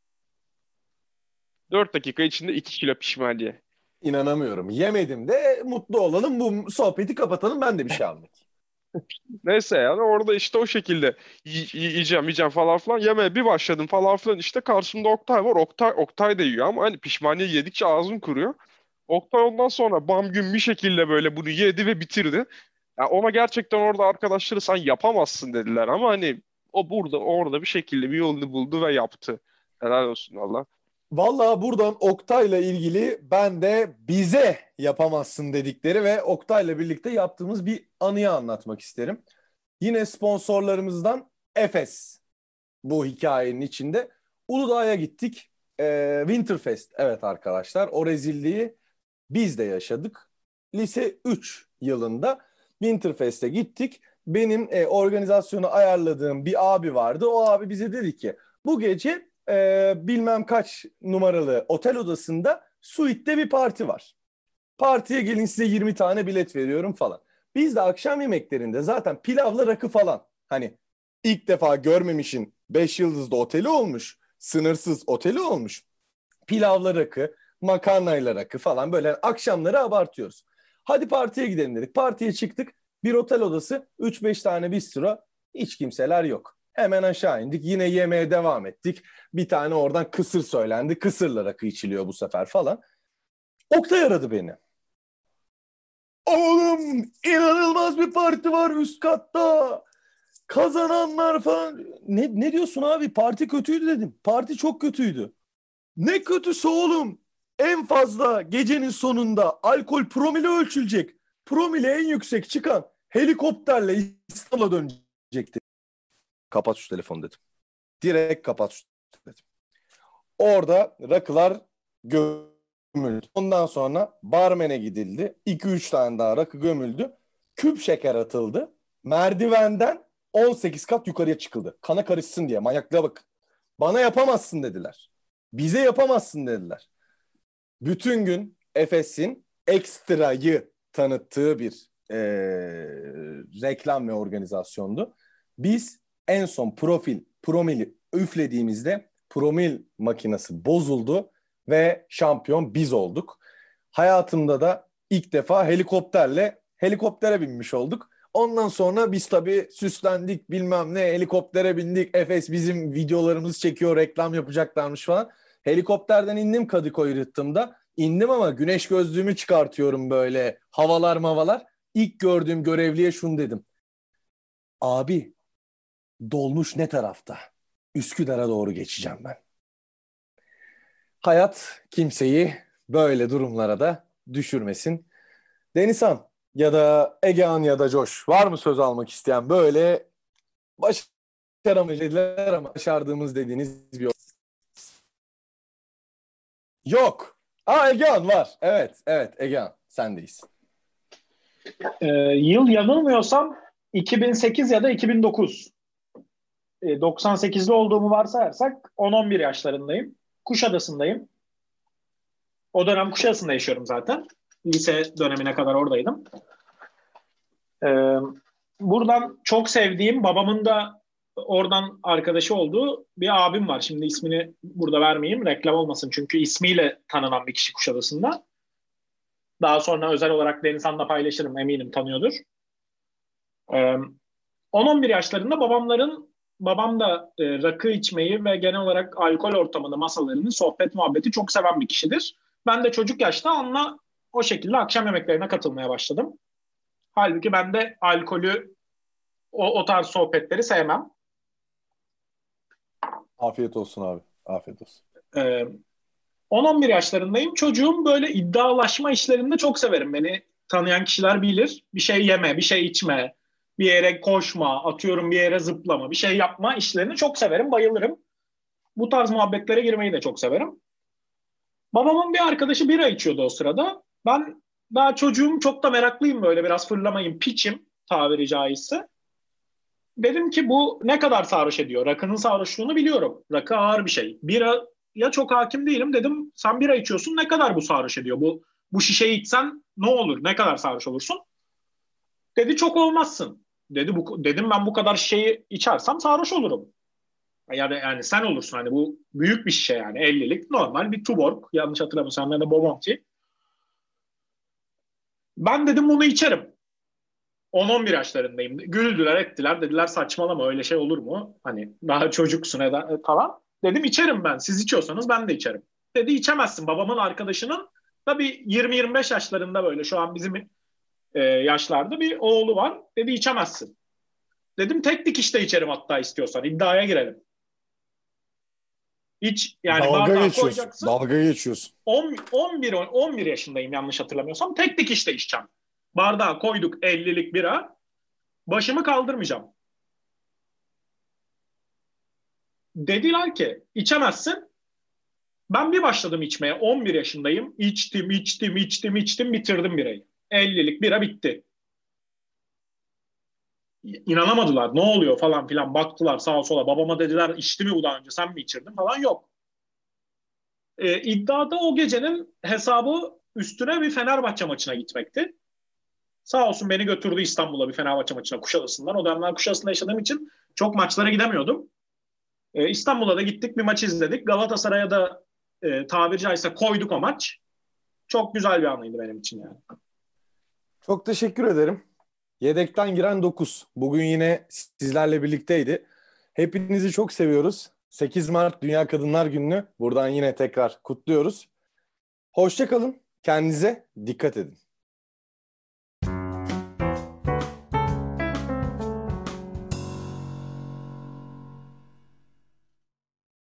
4 dakika içinde 2 kilo pişmaniye. İnanamıyorum. Yemedim de mutlu olalım. Bu sohbeti kapatalım. Ben de bir şey almayayım. Neyse yani orada işte o şekilde yiyeceğim falan filan. Yemeye bir başladım falan filan. İşte karşımda Oktay var. Oktay da yiyor ama hani pişmaniye yedikçe ağzım kuruyor. Oktay ondan sonra bam gün bir şekilde böyle bunu yedi ve bitirdi. Ya ona gerçekten orada arkadaşları sen yapamazsın dediler ama hani o burada orada bir şekilde bir yolunu buldu ve yaptı. Helal olsun valla. Vallahi buradan Oktay'la ilgili ben de bize yapamazsın dedikleri ve Oktay'la birlikte yaptığımız bir anıyı anlatmak isterim. Yine sponsorlarımızdan Efes bu hikayenin içinde. Uludağ'a gittik. Winterfest. Evet arkadaşlar, o rezilliği biz de yaşadık. Lise 3 yılında Winterfest'e gittik. Benim organizasyonu ayarladığım bir abi vardı. O abi bize dedi ki bu gece bilmem kaç numaralı otel odasında suite'de bir parti var. Partiye gelin, size 20 tane bilet veriyorum falan. Biz de akşam yemeklerinde zaten pilavla rakı falan. Hani ilk defa görmemişin 5 yıldızlı oteli olmuş. Sınırsız oteli olmuş. Pilavla rakı, makarnayla rakı falan, böyle akşamları abartıyoruz. Hadi partiye gidelim dedik. Partiye çıktık. Bir otel odası, 3-5 tane bistro. Hiç kimseler yok. Hemen aşağı indik. Yine yemeğe devam ettik. Bir tane oradan kısır söylendi. Kısırla rakı içiliyor bu sefer falan. Oktay aradı beni. Oğlum, inanılmaz bir parti var üst katta. Kazananlar falan. Ne diyorsun abi? Parti kötüydü dedim. Parti çok kötüydü. Ne kötüsü oğlum? En fazla gecenin sonunda alkol promili ölçülecek. Promili en yüksek çıkan helikopterle İstanbul'a dönecekti. Kapat şu telefonu dedim. Direkt kapat şu dedim. Orada rakılar gömüldü. Ondan sonra barmene gidildi. 2-3 tane daha rakı gömüldü. Küp şeker atıldı. Merdivenden 18 kat yukarıya çıkıldı. Kana karışsın diye. Manyaklığa bak. Bana yapamazsın dediler. Bize yapamazsın dediler. Bütün gün Efes'in ekstrayı tanıttığı bir reklam ve organizasyondu. Biz en son promili üflediğimizde promil makinesi bozuldu ve şampiyon biz olduk. Hayatımda da ilk defa helikoptere binmiş olduk. Ondan sonra biz tabii süslendik, bilmem ne, helikoptere bindik. Efes bizim videolarımızı çekiyor, reklam yapacaklarmış falan. Helikopterden indim Kadıköy rıhtımda. İndim ama güneş gözlüğümü çıkartıyorum böyle, havalar mavalar. İlk gördüğüm görevliye şunu dedim. Abi, dolmuş ne tarafta? Üsküdar'a doğru geçeceğim ben. Hayat kimseyi böyle durumlara da düşürmesin. Denizhan ya da Egehan ya da Coş, var mı söz almak isteyen, böyle başaramayacaklar ama başardığımız dediğiniz bir yok. Egehan var. Evet Egehan, sendeyiz. Yıl yanılmıyorsam 2008 ya da 2009. 98'li olduğumu varsayarsak 10-11 yaşlarındayım. Kuşadası'ndayım. O dönem Kuşadası'nda yaşıyorum zaten. Lise dönemine kadar oradaydım. Buradan çok sevdiğim, babamın da oradan arkadaşı olduğu bir abim var. Şimdi ismini burada vermeyeyim, reklam olmasın. Çünkü ismiyle tanınan bir kişi Kuşadası'nda. Daha sonra özel olarak Denizhan'la paylaşırım, eminim tanıyordur. 10-11 yaşlarında babam da rakı içmeyi ve genel olarak alkol ortamını, masalarını, sohbet muhabbeti çok seven bir kişidir. Ben de çocuk yaşta onunla o şekilde akşam yemeklerine katılmaya başladım. Halbuki ben de alkolü, o tarz sohbetleri sevmem. Afiyet olsun abi. Afiyet olsun. 10-11 yaşlarındayım. Çocuğum böyle iddialaşma işlerinde çok severim. Beni tanıyan kişiler bilir. Bir şey yeme, bir şey içme, bir yere koşma, atıyorum bir yere zıplama, bir şey yapma işlerini çok severim, bayılırım. Bu tarz muhabbetlere girmeyi de çok severim. Babamın bir arkadaşı bira içiyordu o sırada. Ben daha çocuğum, çok da meraklıyım, böyle biraz fırlamayım, piçim tabiri caizse. Dedim ki bu ne kadar sarhoş ediyor? Rakının sarhoşluğunu biliyorum. Rakı ağır bir şey. Biraya çok hakim değilim. Dedim sen bira içiyorsun, ne kadar bu sarhoş ediyor? Bu şişeyi içsen ne olur? Ne kadar sarhoş olursun? Dedi çok olmazsın. Dedim ben bu kadar şişeyi içersem sarhoş olurum. Yani sen olursun, hani bu büyük bir şişe, yani 50'lik normal bir Tuborg, yanlış hatırlamıyorsam ya da Bomonti. Ben dedim bunu içerim. 10-11 yaşlarındayım. Güldüler ettiler, dediler saçmalama, öyle şey olur mu? Hani daha çocuksun falan. Dedim içerim ben, siz içiyorsanız ben de içerim. Dedi içemezsin, babamın arkadaşının tabii 20-25 yaşlarında, böyle şu an bizim yaşlarda bir oğlu var. Dedi içemezsin. Dedim tek dikişte içerim hatta, istiyorsan iddiaya girelim. Hiç yani Dalga bardağa geçiyorsun. koyacaksın. Dalga geçiyorsun. 11 yaşındayım yanlış hatırlamıyorsam. Tek dikiş içeceğim. Bardağa koyduk 50'lik bira. Başımı kaldırmayacağım. Dediler ki içemezsin. Ben bir başladım içmeye. 11 yaşındayım. İçtim, bitirdim birayı. 50'lik bira bitti. İnanamadılar. Ne oluyor falan filan. Baktılar sağa sola. Babama dediler içti mi bu daha önce, sen mi içirdin falan, yok. İddiada o gecenin hesabı üstüne bir Fenerbahçe maçına gitmekti. Sağ olsun beni götürdü İstanbul'a bir Fenerbahçe maçına Kuşadası'ndan. O dönemler Kuşadası'nda yaşadığım için çok maçlara gidemiyordum. İstanbul'a da gittik, bir maç izledik. Galatasaray'a da tabiri caizse koyduk o maç. Çok güzel bir anıydı benim için yani. Çok teşekkür ederim. Yedekten giren 9. Bugün yine sizlerle birlikteydi. Hepinizi çok seviyoruz. 8 Mart Dünya Kadınlar Günü'nü buradan yine tekrar kutluyoruz. Hoşça kalın. Kendinize dikkat edin.